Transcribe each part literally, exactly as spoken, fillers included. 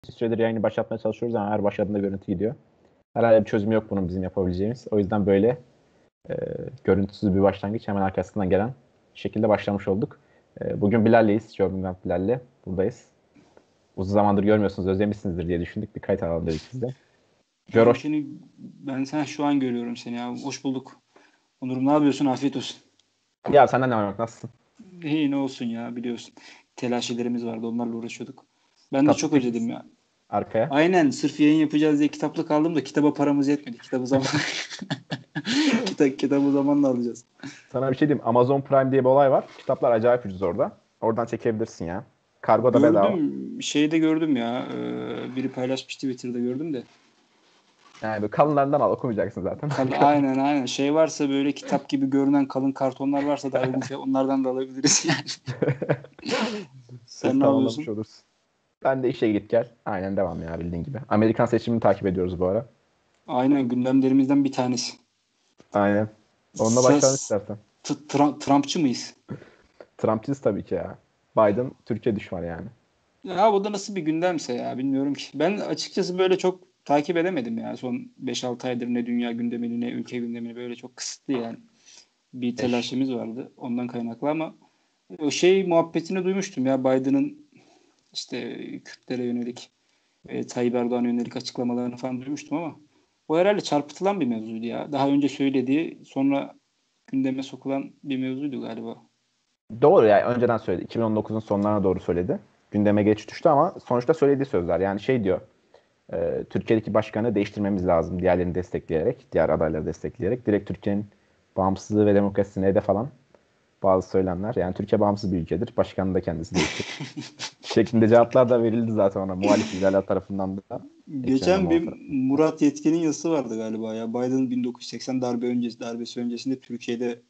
süredir yayını başlatmaya çalışıyoruz ama her başladığında görüntü gidiyor. Herhalde bir çözüm yok bunun bizim yapabileceğimiz. O yüzden böyle e, görüntüsüz bir başlangıç hemen arkasından gelen şekilde başlamış olduk. E, bugün Bilal'leyiz. Jormungand Bilal'le buradayız. Uzun zamandır görmüyorsunuz, özlemişsinizdir diye düşündük. Bir kayıt alalım dedik sizde. Ben Joroş. seni ben sen şu an görüyorum seni ya. Hoş bulduk. Onurum ne yapıyorsun? Afiyet olsun. Ya senden ne var yok? Nasılsın? İyi ne olsun ya biliyorsun. Telaşelerimiz vardı. Onlarla uğraşıyorduk. Ben de Kitaplık çok özledim çekmişsin ya. arkaya. Aynen sırf yayın yapacağız diye kitaplık aldım da kitaba paramız yetmedi. Kitabı zaman Kitap, kitabı zamanla alacağız. Sana bir şey diyeyim. Amazon Prime diye bir olay var. Kitaplar acayip ucuz orada. Oradan çekebilirsin ya. Kargo da bedava. Gördüm. Şeyde gördüm ya. E, biri paylaşmış Twitter'da gördüm de. Yani böyle kalınlarından al, okumayacaksın zaten. Kal- aynen aynen. Şey varsa böyle kitap gibi görünen kalın kartonlar varsa daha uygun fiyat onlardan da alabiliriz yani. Ses Sen ne tamamlamış yapıyorsun? olursun. Ben de işe git gel. Aynen devam ya bildiğin gibi. Amerikan seçimini takip ediyoruz bu ara. Aynen gündemlerimizden bir tanesi. Aynen. Onunla başlayalım Ses, istersen. t- Trump, Trumpçı mıyız? Trumpçıyız tabii ki ya. Biden Türkiye düşmanı yani. Ya bu da nasıl bir gündemse ya bilmiyorum ki. Ben açıkçası böyle çok takip edemedim ya. Son beş altı aydır ne dünya gündemini ne ülke gündemini böyle çok kısıtlı yani. Bir Eş. telaşemiz vardı ondan kaynaklı ama o şey muhabbetini duymuştum ya Biden'ın işte Kürtlere yönelik e, Tayyip Erdoğan'a yönelik açıklamalarını falan duymuştum ama o herhalde çarpıtılan bir mevzuydu ya. Daha önce söylediği sonra gündeme sokulan bir mevzuydu galiba. Doğru ya, önceden söyledi. iki bin on dokuzun sonlarına doğru söyledi. Gündeme geç düştü ama sonuçta söylediği sözler. Yani şey diyor. E, Türkiye'deki başkanı değiştirmemiz lazım. Diğerlerini destekleyerek, diğer adayları destekleyerek. Direkt Türkiye'nin bağımsızlığı ve demokrasisine hedef alan bazı söylemler. Yani Türkiye bağımsız bir ülkedir. Başkanı da kendisi değiştirir. Şeklinde cevaplar da verildi zaten ona. Muhalif liderler tarafından da. Ekrem Geçen İmamoğlu bir tarafından. Murat Yetkin'in yazısı vardı galiba ya. Biden bin dokuz yüz seksen darbe öncesi darbesi öncesinde Türkiye'de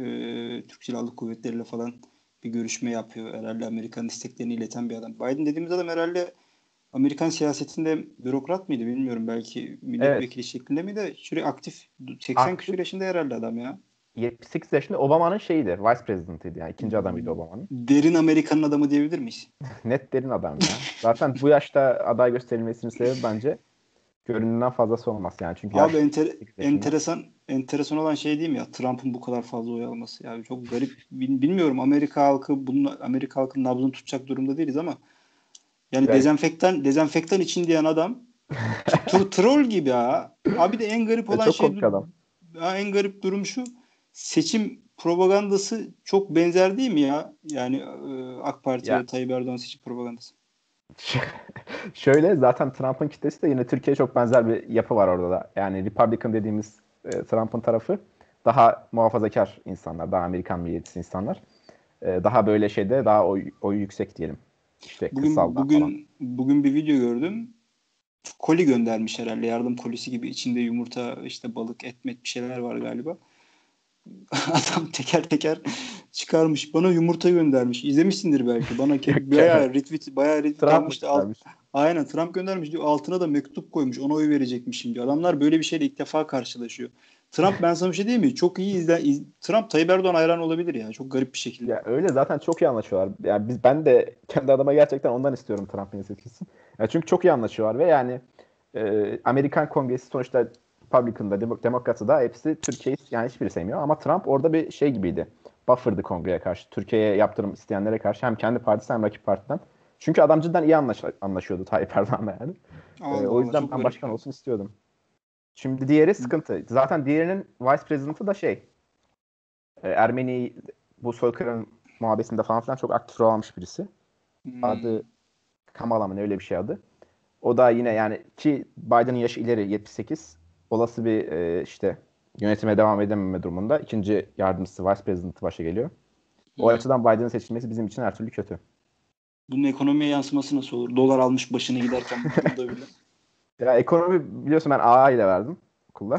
e, Türk Silahlı Kuvvetleri'yle falan bir görüşme yapıyor. Herhalde Amerikan isteklerini ileten bir adam. Biden dediğimiz adam herhalde Amerikan siyasetinde bürokrat mıydı bilmiyorum. Belki Evet. milletvekili şeklinde miydi? Sürekli aktif seksen küsur Aktif yaşında herhalde adam ya. yetmiş sekiz yaşında Obama'nın şeyiydi. Vice President'ıydı yani. İkinci adamıydı Obama'nın. Derin Amerikan'ın adamı diyebilir miyiz? Net derin adam ya. Zaten bu yaşta aday gösterilmesinin sebebi bence göründüğünden fazlası olmaz yani. Çünkü Abi yaş enter, sekiz yaşında. enteresan enteresan olan şey değil mi ya? Trump'ın bu kadar fazla oy alması. Yani çok garip. Bil- Bilmiyorum Amerika halkı bunun Amerika halkının nabzını tutacak durumda değiliz ama yani Ya, dezenfektan dezenfektan için diyen adam tr- troll gibi ha. Abi de en garip ya olan çok şey komik adam. ha, en garip durum şu. Seçim propagandası çok benzer değil mi ya? Yani e, AK Parti Ya ve Tayyip Erdoğan seçim propagandası. şöyle, zaten Trump'ın kitlesi de yine Türkiye'ye çok benzer bir yapı var orada da. Yani Republican dediğimiz e, Trump'ın tarafı daha muhafazakar insanlar, daha Amerikan milliyetçisi insanlar. E, daha böyle şeyde daha oy, oy yüksek diyelim. İşte Bugün kırsalda falan. bugün bugün bir video gördüm. Koli göndermiş herhalde. Yardım kolisi gibi içinde yumurta, işte balık, et, met bir şeyler var galiba. Adam teker teker çıkarmış. Bana yumurta göndermiş. İzlemişsindir belki. Bana ke- Yok ya. bayağı retweet, bayağı retweet Trump mı almıştı. Alt, göndermiş? aynen Trump göndermiş diyor. Altına da mektup koymuş. Ona oy verecekmişim diyor. Adamlar böyle bir şeyle ilk defa karşılaşıyor. Trump ben sana bir şey diyeyim mi? Çok iyi izle. iz- Trump Tayyip Erdoğan hayran olabilir ya. Çok garip bir şekilde. Ya öyle, zaten çok iyi anlaşıyorlar. Yani biz, ben de kendi adıma gerçekten ondan istiyorum Trump'ın seçilsin. Ya çünkü çok iyi anlaşıyorlar ve yani e, Amerikan Kongresi sonuçta Republican'da, Demo- Demokrat'ı da hepsi Türkiye'yi yani hiçbiri sevmiyor. Ama Trump orada bir şey gibiydi. Buffer'dı kongreye karşı. Türkiye'ye yaptırım isteyenlere karşı hem kendi partisi hem rakip partiden. Çünkü adam cidden iyi anlaş anlaşıyordu Tayyip Erdoğan'la yani. E, Allah o Allah yüzden çok ben garip başkan ya. olsun istiyordum. Şimdi diğeri sıkıntı. Zaten diğerinin Vice President'ı da şey, e, Ermeni bu soykırım muhabbetinde falan filan çok aktif rol almış birisi. Adı Hmm. Kamala mı ne, öyle bir şey adı. O da yine yani, ki Biden'ın yaşı ileri, yetmiş sekiz. Olası bir e, işte yönetime devam edememe durumunda ikinci yardımcısı Vice President'ı başa geliyor. O Hmm. açıdan Biden'ın seçilmesi bizim için her türlü kötü. Bunun ekonomiye yansıması nasıl olur? Dolar almış başını giderken bu durumda bile. Ya ekonomi biliyorsun, ben A A ile verdim okulda.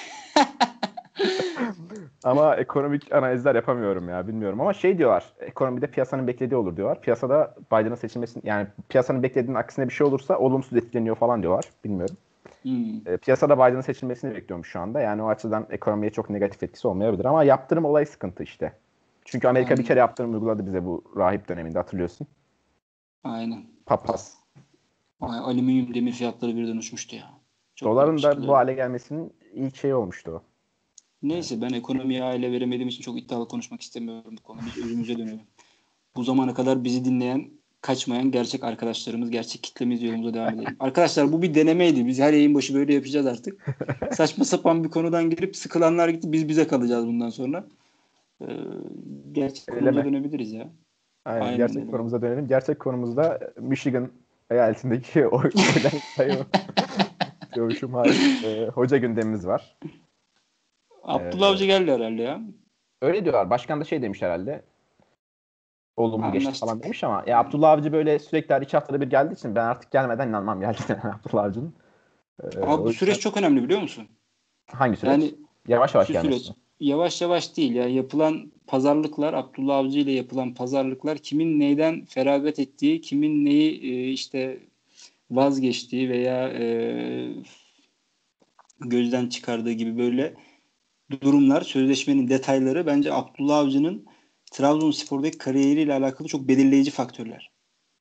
Ama ekonomik analizler yapamıyorum ya, bilmiyorum. Ama şey diyorlar, ekonomide piyasanın beklediği olur diyorlar. Piyasada Biden'ın seçilmesi, yani piyasanın beklediğinin aksine bir şey olursa olumsuz etkileniyor falan diyorlar. Bilmiyorum. Hmm. E, piyasada Biden'ın seçilmesini bekliyormuş şu anda. Yani o açıdan ekonomiye çok negatif etkisi olmayabilir. Ama yaptırım olayı sıkıntı işte. Çünkü Amerika bir kere Anladım. yaptırım uyguladı bize bu rahip döneminde, hatırlıyorsun. Aynen. Papaz. Ay, alüminyum demir fiyatları birden uçmuştu ya. Çok Doların garip da bu şekilde. hale gelmesinin ilk şeyi olmuştu o. Yani, Neyse, ben ekonomiye aile veremediğim için çok iddialı konuşmak istemiyorum bu konuda. Biz özümüze dönelim. Bu zamana kadar bizi dinleyen, kaçmayan gerçek arkadaşlarımız, gerçek kitlemiz, yolumuza devam edelim. Arkadaşlar, bu bir denemeydi. Biz her yayın başı böyle yapacağız artık. Saçma sapan bir konudan girip sıkılanlar gitti. Biz bize kalacağız bundan sonra. Ee, gerçek öyle konumuza mi? dönebiliriz ya. Aynen. Aynen Gerçek öyle. konumuza dönelim. Gerçek konumuzda Michigan eyaletindeki oy, oyların sayımı diyormuşum. Hayır. Ee, hoca gündemimiz var. Abdullah Avcı Ee, geldi herhalde ya. öyle diyorlar. Başkan da şey demiş herhalde. Olumlu geçti falan Anlaştık. demiş ama ya Abdullah Avcı böyle sürekli her iki haftada bir geldiği için ben artık gelmeden inanmam geldiğine Abdullah Avcı'nın. Ee, Ama o bu yüzden süreç çok önemli, biliyor musun? hangi süreç? Yani Yavaş yavaş şu gelmesi süreç mi? yavaş yavaş değil ya, yapılan pazarlıklar, Abdullah Avcı ile yapılan pazarlıklar, kimin neyden feragat ettiği, kimin neyi e, işte vazgeçtiği veya e, gözden çıkardığı gibi böyle durumlar, sözleşmenin detayları bence Abdullah Avcı'nın Trabzonspor'daki kariyeriyle alakalı çok belirleyici faktörler.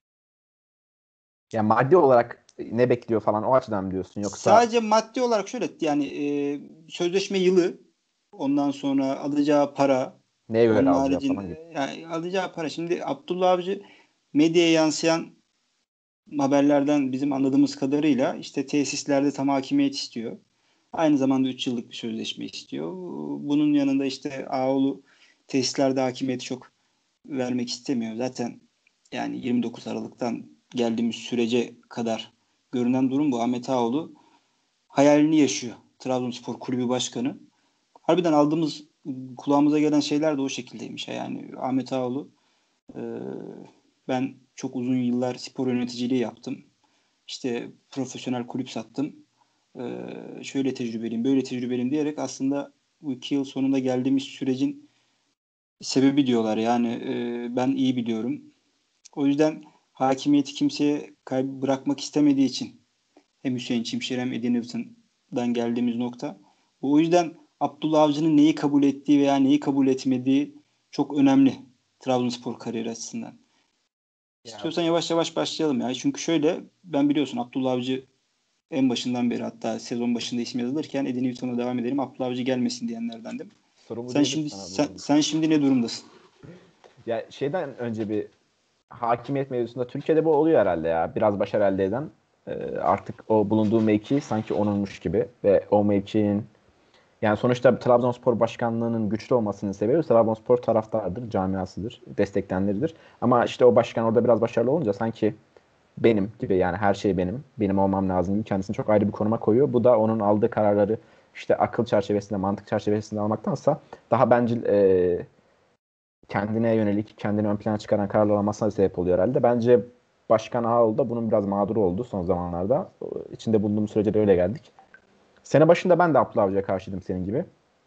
Yani maddi olarak ne bekliyor falan o açıdan mı diyorsun yoksa Sadece maddi olarak şöyle yani, e, sözleşme yılı, ondan sonra alacağı para, neye göre onun alacağı falan gibi. haricinde yani alacağı para. Şimdi Abdullah Avcı, medyaya yansıyan haberlerden bizim anladığımız kadarıyla işte tesislerde tam hakimiyet istiyor. Aynı zamanda üç yıllık bir sözleşme istiyor. Bunun yanında işte Ağoğlu tesislerde hakimiyeti çok vermek istemiyor. Zaten yani yirmi dokuz Aralık'tan geldiğimiz sürece kadar görünen durum bu. Ahmet Ağoğlu hayalini yaşıyor. Trabzonspor Kulübü Başkanı. Harbiden aldığımız, kulağımıza gelen şeyler de o şekildeymiş. Yani Ahmet Ağoğlu, e, ben çok uzun yıllar spor yöneticiliği yaptım. İşte profesyonel kulüp sattım. E, şöyle tecrübeliyim, böyle tecrübeliyim diyerek aslında bu iki yıl sonunda geldiğimiz sürecin sebebi diyorlar. Yani e, ben iyi biliyorum. O yüzden hakimiyeti kimseye kay- bırakmak istemediği için hem Hüseyin Çimşir hem Eddie Newton'dan geldiğimiz nokta. Bu, o yüzden Abdullah Avcı'nın neyi kabul ettiği veya neyi kabul etmediği çok önemli Trabzonspor kariyeri açısından. Ya İstiyorsan yavaş yavaş başlayalım ya. Çünkü şöyle, ben biliyorsun Abdullah Avcı en başından beri, hatta sezon başında isim yazılırken Eddie Newton'a devam edelim, Abdullah Avcı gelmesin diyenlerdendim. sorumlu Sen değiliz şimdi sana bu sen, konuda. sen şimdi ne durumdasın? Ya şeyden önce bir hakimiyet mevzusunda Türkiye'de bu oluyor herhalde ya. Biraz başarı elde eden e, artık o bulunduğu mevki sanki onunmuş gibi ve o mevkinin yani sonuçta Trabzonspor başkanlığının güçlü olmasının sebebi Trabzonspor taraftarıdır, camiasıdır, destekleyenleridir. Ama işte o başkan orada biraz başarılı olunca sanki benim gibi yani her şey benim, benim olmam lazım gibi kendisini çok ayrı bir konuma koyuyor. Bu da onun aldığı kararları işte akıl çerçevesinde, mantık çerçevesinde almaktansa daha bencil e, kendine yönelik, kendini ön plana çıkaran kararlar almasına sebep oluyor herhalde. Bence Başkan Ağaoğlu da bunun biraz mağduru oldu son zamanlarda. İçinde bulunduğumuz sürece de öyle geldik. Sene başında ben de Abdullah Avcı'ya karşıydım senin gibi.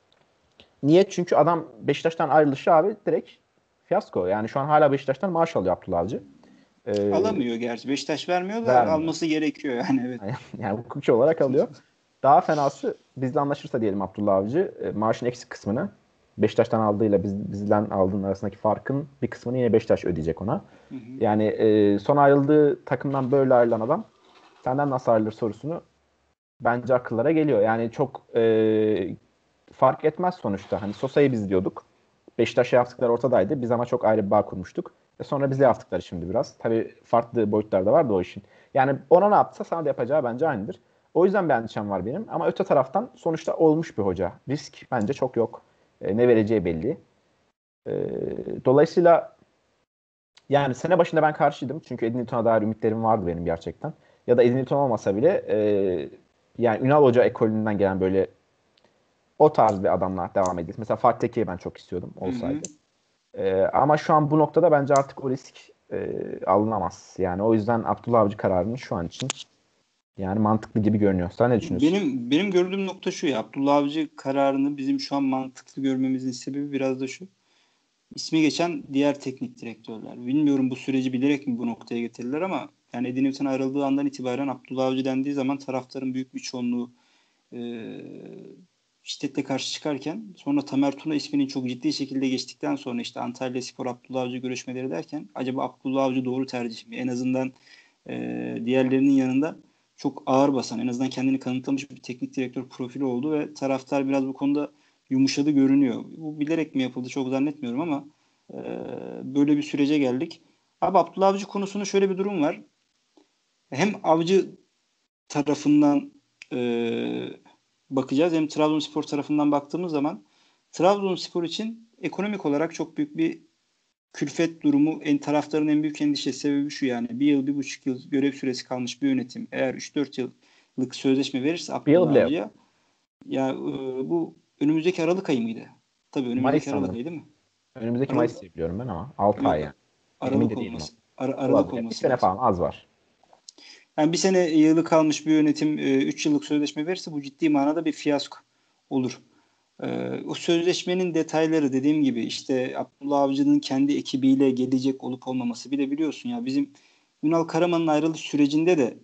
Niye? Çünkü adam Beşiktaş'tan ayrılışı abi direkt fiyasko. Yani şu an hala Beşiktaş'tan maaş alıyor Abdullah Avcı. Ee, Alamıyor gerçi. Beşiktaş vermiyor da vermiyor. alması gerekiyor yani, evet. Yani, yani hukuki olarak alıyor. Daha fenası bizle anlaşırsa diyelim Abdullah Avcı e, maaşın eksik kısmını Beşiktaş'tan aldığıyla biz, bizden aldığının arasındaki farkın bir kısmını yine Beşiktaş ödeyecek ona. Hı hı. Yani e, son ayrıldığı takımdan böyle ayrılan adam senden nasıl ayrılır sorusunu bence akıllara geliyor. Yani çok e, fark etmez sonuçta. Hani Sosa'yı biz diyorduk. Beşiktaş'a yaptıkları ortadaydı. Biz ama çok ayrı bir bağ kurmuştuk. E sonra Hı bize hı. yaptıkları şimdi biraz. Tabii farklı boyutlarda var da o işin. Yani ona ne yapsa sana da yapacağı bence aynıdır. O yüzden bir endişem var benim. Ama öte taraftan sonuçta olmuş bir hoca. Risk bence çok yok. E, ne vereceği belli. E, dolayısıyla yani sene başında ben karşıydım. Çünkü Edin Newton'a dair ümitlerim vardı benim gerçekten. Ya da Edin Newton olmasa bile e, yani Ünal Hoca ekolünden gelen böyle o tarz bir adamla devam edildi. Mesela Fatih Tekke'yi ben çok istiyordum Hı hı. olsaydı. Ee, ama şu an bu noktada bence artık o risk e, alınamaz. Yani o yüzden Abdullah Avcı kararının şu an için yani mantıklı gibi görünüyor. Sen ne düşünüyorsun? Benim benim gördüğüm nokta şu ya. Abdullah Avcı kararını bizim şu an mantıklı görmemizin sebebi biraz da şu. İsmi geçen diğer teknik direktörler. Bilmiyorum bu süreci bilerek mi bu noktaya getirdiler ama yani Edin Newton ayrıldığı andan itibaren Abdullah Avcı dendiği zaman taraftarın büyük bir çoğunluğu e, şiddetle karşı çıkarken, sonra Tamer Tuna isminin çok ciddi şekilde geçtikten sonra işte Antalyaspor Abdullah Avcı görüşmeleri derken acaba Abdullah Avcı doğru tercih mi? En azından e, diğerlerinin yanında çok ağır basan, en azından kendini kanıtlamış bir teknik direktör profili oldu ve taraftar biraz bu konuda yumuşadı görünüyor. Bu bilerek mi yapıldı çok zannetmiyorum ama e, böyle bir sürece geldik. Abi Abdullah Avcı konusunda şöyle bir durum var. Hem Avcı tarafından e, bakacağız hem Trabzonspor tarafından baktığımız zaman Trabzonspor için ekonomik olarak çok büyük bir külfet durumu, en taraftarın en büyük endişe sebebi şu: yani bir yıl, bir buçuk yıl görev süresi kalmış bir yönetim eğer üç dört yıllık sözleşme verirse Bir yıl Abdullah bile yok. Avcı'ya, ya e, bu önümüzdeki Aralık ayı mıydı? Tabii Mayıs önümüzdeki Aralık sanırım. ayı değil mi? Önümüzdeki Mayıs Aralık diye biliyorum ben ama altı ay yok, yani. Emin Aralık de değilim ama. olması Ara- Aralık Olabilir. Bir olması sene lazım. falan az var. Yani bir sene yılı kalmış bir yönetim üç yıllık sözleşme verirse bu ciddi manada bir fiyasko olur. Ee, o sözleşmenin detayları, dediğim gibi, işte Abdullah Avcı'nın kendi ekibiyle gelecek olup olmaması. Bir de biliyorsun ya, bizim Ünal Karaman'ın ayrılış sürecinde de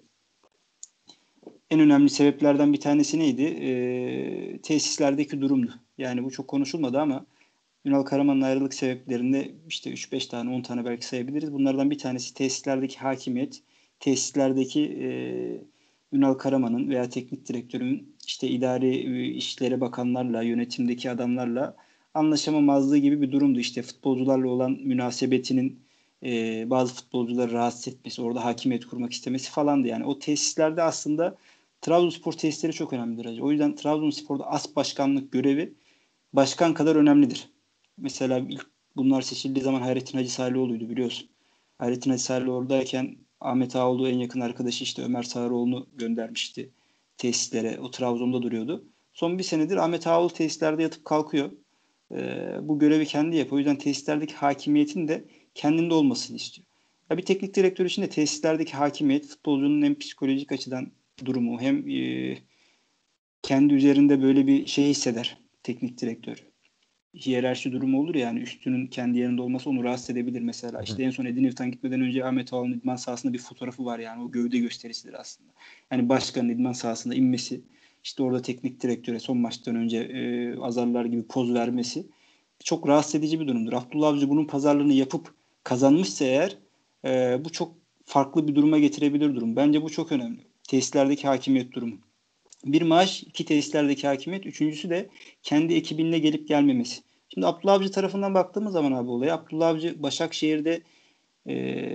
en önemli sebeplerden bir tanesi neydi? Ee, tesislerdeki durumdu. Yani bu çok konuşulmadı ama Ünal Karaman'ın ayrılık sebeplerinde işte üç beş tane, on tane belki sayabiliriz. Bunlardan bir tanesi tesislerdeki hakimiyet, tesislerdeki e, Ünal Karaman'ın veya teknik direktörün işte idari e, işlere bakanlarla, yönetimdeki adamlarla anlaşamamazlığı gibi bir durumdu. İşte futbolcularla olan münasebetinin e, bazı futbolcuları rahatsız etmesi, orada hakimiyet kurmak istemesi falandı. Yani o tesislerde aslında Trabzonspor tesisleri çok önemlidir hacı. O yüzden Trabzonspor'da as başkanlık görevi başkan kadar önemlidir. Mesela ilk bunlar seçildiği zaman Hayrettin Hacı Salihoğlu'ydu, biliyorsun. Hayrettin Hacı Salihoğlu oradayken Ahmet Ağaoğlu en yakın arkadaşı işte Ömer Sağaroğlu'nu göndermişti tesislere. O Trabzon'da duruyordu. Son bir senedir Ahmet Ağaoğlu tesislerde yatıp kalkıyor. Ee, bu görevi kendi yapıyor. O yüzden tesislerdeki hakimiyetin de kendinde olmasını istiyor. Ya bir teknik direktör için de tesislerdeki hakimiyet futbolcunun hem psikolojik açıdan durumu hem e, kendi üzerinde böyle bir şey hisseder teknik direktör. Hiyerarşi durumu olur, yani üstünün kendi yerinde olması onu rahatsız edebilir mesela. Hı hı. İşte en son Edin Yurt'tan gitmeden önce Ahmet Ağaoğlu'nun idman sahasında bir fotoğrafı var, yani o gövde gösterisidir aslında. Yani başkanın idman sahasında inmesi, işte orada teknik direktöre son maçtan önce e, azarlar gibi poz vermesi çok rahatsız edici bir durumdur. Abdullah Avcı bunun pazarlığını yapıp kazanmışsa eğer e, bu çok farklı bir duruma getirebilir durum. Bence bu çok önemli. Tesislerdeki hakimiyet durumu. Bir maaş, iki tesislerdeki hakimiyet, üçüncüsü de kendi ekibinle gelip gelmemesi. Şimdi Abdullah Avcı tarafından baktığımız zaman abi olaya, Abdullah Avcı Başakşehir'de e,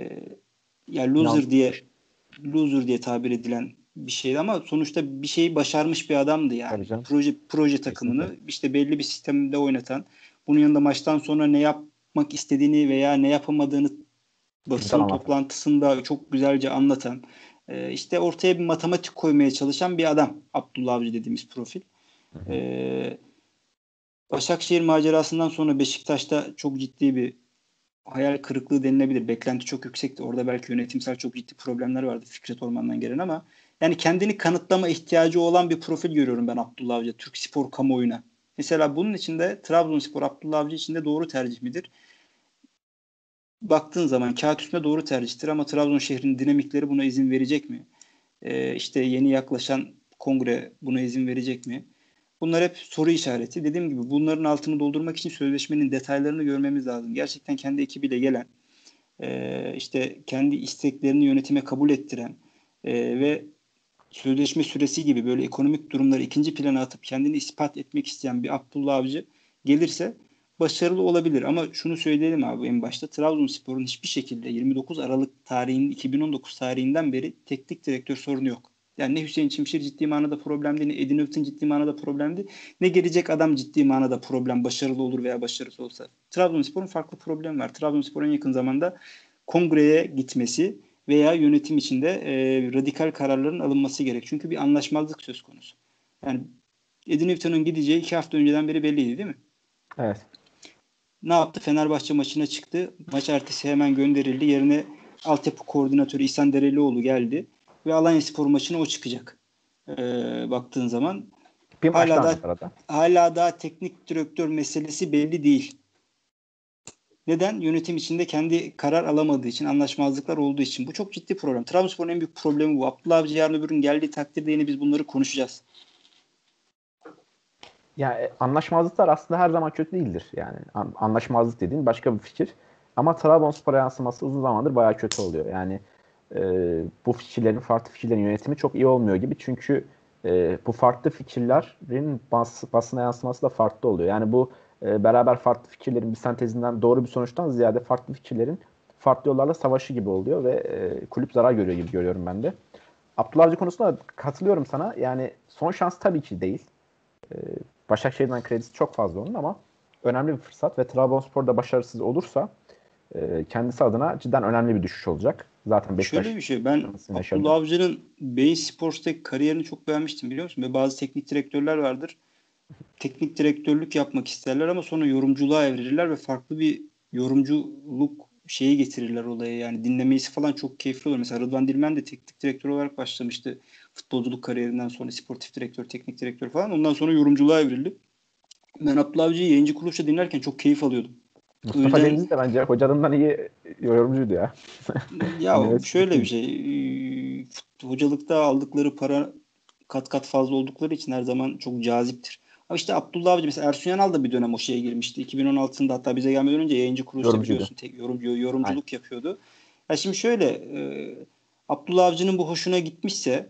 ya loser diye İnanmış. loser diye tabir edilen bir şeydi ama sonuçta bir şeyi başarmış bir adamdı Tabii yani. canım. Proje proje Kesinlikle. takımını işte belli bir sistemde oynatan, bunun yanında maçtan sonra ne yapmak istediğini veya ne yapamadığını Güzel basın anlatır. toplantısında çok güzelce anlatan, e, işte ortaya bir matematik koymaya çalışan bir adam Abdullah Avcı dediğimiz profil. Hı hı. E, Başakşehir macerasından sonra Beşiktaş'ta çok ciddi bir hayal kırıklığı denilebilir. Beklenti çok yüksekti. Orada belki yönetimsel çok ciddi problemler vardı Fikret Orman'dan gelen ama yani kendini kanıtlama ihtiyacı olan bir profil görüyorum ben Abdullah Avcı Türk spor kamuoyuna. Mesela bunun için de Trabzonspor Abdullah Avcı için de doğru tercih midir? Baktığın zaman kağıt üstünde doğru tercihtir ama Trabzon şehrinin dinamikleri buna izin verecek mi? Ee, işte yeni yaklaşan kongre buna izin verecek mi? Bunlar hep soru işareti. Dediğim gibi bunların altını doldurmak için sözleşmenin detaylarını görmemiz lazım. Gerçekten kendi ekibiyle gelen, e, işte kendi isteklerini yönetime kabul ettiren e, ve sözleşme süresi gibi böyle ekonomik durumları ikinci plana atıp kendini ispat etmek isteyen bir Abdullah Avcı gelirse başarılı olabilir. Ama şunu söyleyelim abi en başta: Trabzonspor'un hiçbir şekilde yirmi dokuz Aralık tarihinin iki bin on dokuz tarihinden beri teknik direktör sorunu yok. Yani ne Hüseyin Çimşir ciddi manada problemdi, ne Edin Ökten ciddi manada problemdi, ne gelecek adam ciddi manada problem, başarılı olur veya başarısız olsa. Trabzonspor'un farklı problemi var. Trabzonspor'un yakın zamanda kongreye gitmesi veya yönetim içinde e, radikal kararların alınması gerek. Çünkü bir anlaşmazlık söz konusu. Yani Edin Newton'un gideceği iki hafta önceden beri belliydi değil mi? Evet. Ne yaptı? Fenerbahçe maçına çıktı. Maç ertesi hemen gönderildi. Yerine altyapı koordinatörü İhsan Derelioğlu geldi. Ve Alanyaspor maçına o çıkacak. Ee, baktığın zaman Bir hala maçtan da arada. hala da teknik direktör meselesi belli değil. Neden? Yönetim içinde kendi karar alamadığı için, anlaşmazlıklar olduğu için. Bu çok ciddi problem. Trabzonspor'un en büyük problemi bu. Abdullah Avcı yarın öbür gün geldiği takdirde yine biz bunları konuşacağız. Ya e, anlaşmazlıklar aslında her zaman kötü değildir. Yani an- anlaşmazlık dediğin başka bir fikir. Ama Trabzonspor'a yansıması uzun zamandır bayağı kötü oluyor. Yani e, bu fikirlerin, farklı fikirlerin yönetimi çok iyi olmuyor gibi. Çünkü e, bu farklı fikirlerin bas, basına yansıması da farklı oluyor. Yani bu e, beraber farklı fikirlerin bir sentezinden doğru bir sonuçtan ziyade farklı fikirlerin farklı yollarla savaşı gibi oluyor ve e, kulüp zarar görüyor gibi görüyorum ben de. Abdullah Avcı konusunda katılıyorum sana. Yani son şans tabii ki değil. E, Başakşehir'den kredisi çok fazla onun ama önemli bir fırsat ve Trabzonspor'da başarısız olursa e, kendisi adına cidden önemli bir düşüş olacak. Zaten Şöyle Beşiktaş bir şey, ben sıkıntısını yaşadı. Abdullah Avcı'nın Bein Sports'taki kariyerini çok beğenmiştim, biliyor musun? Ve bazı teknik direktörler vardır. Teknik direktörlük yapmak isterler ama sonra yorumculuğa evrilirler ve farklı bir yorumculuk şeyi getirirler olaya. Yani dinlemesi falan çok keyifli olur. Mesela Rıdvan Dilmen de teknik direktör olarak başlamıştı. Futbolculuk kariyerinden sonra sportif direktör, teknik direktör falan. Ondan sonra yorumculuğa evrildi. Ben Abdullah Avcı'yı yayıncı kuruluşta dinlerken çok keyif alıyordum. O Mustafa yüzden Denizli de bence hocalarından iyi yorumcuydu ya. ya şöyle bir Üniversitedeydi. şey, e, hocalıkta aldıkları para kat kat fazla oldukları için her zaman çok caziptir. Ama işte Abdullah Avcı, mesela Ersun Yanal da bir dönem o şeye girmişti. iki bin on altısında hatta bize gelmeden önce yayıncı kuruluşta Yorumcuydu. biliyorsun tek yorumcu, Aynen. yorumculuk yapıyordu. Ya şimdi şöyle, e, Abdullah Avcı'nın bu hoşuna gitmişse,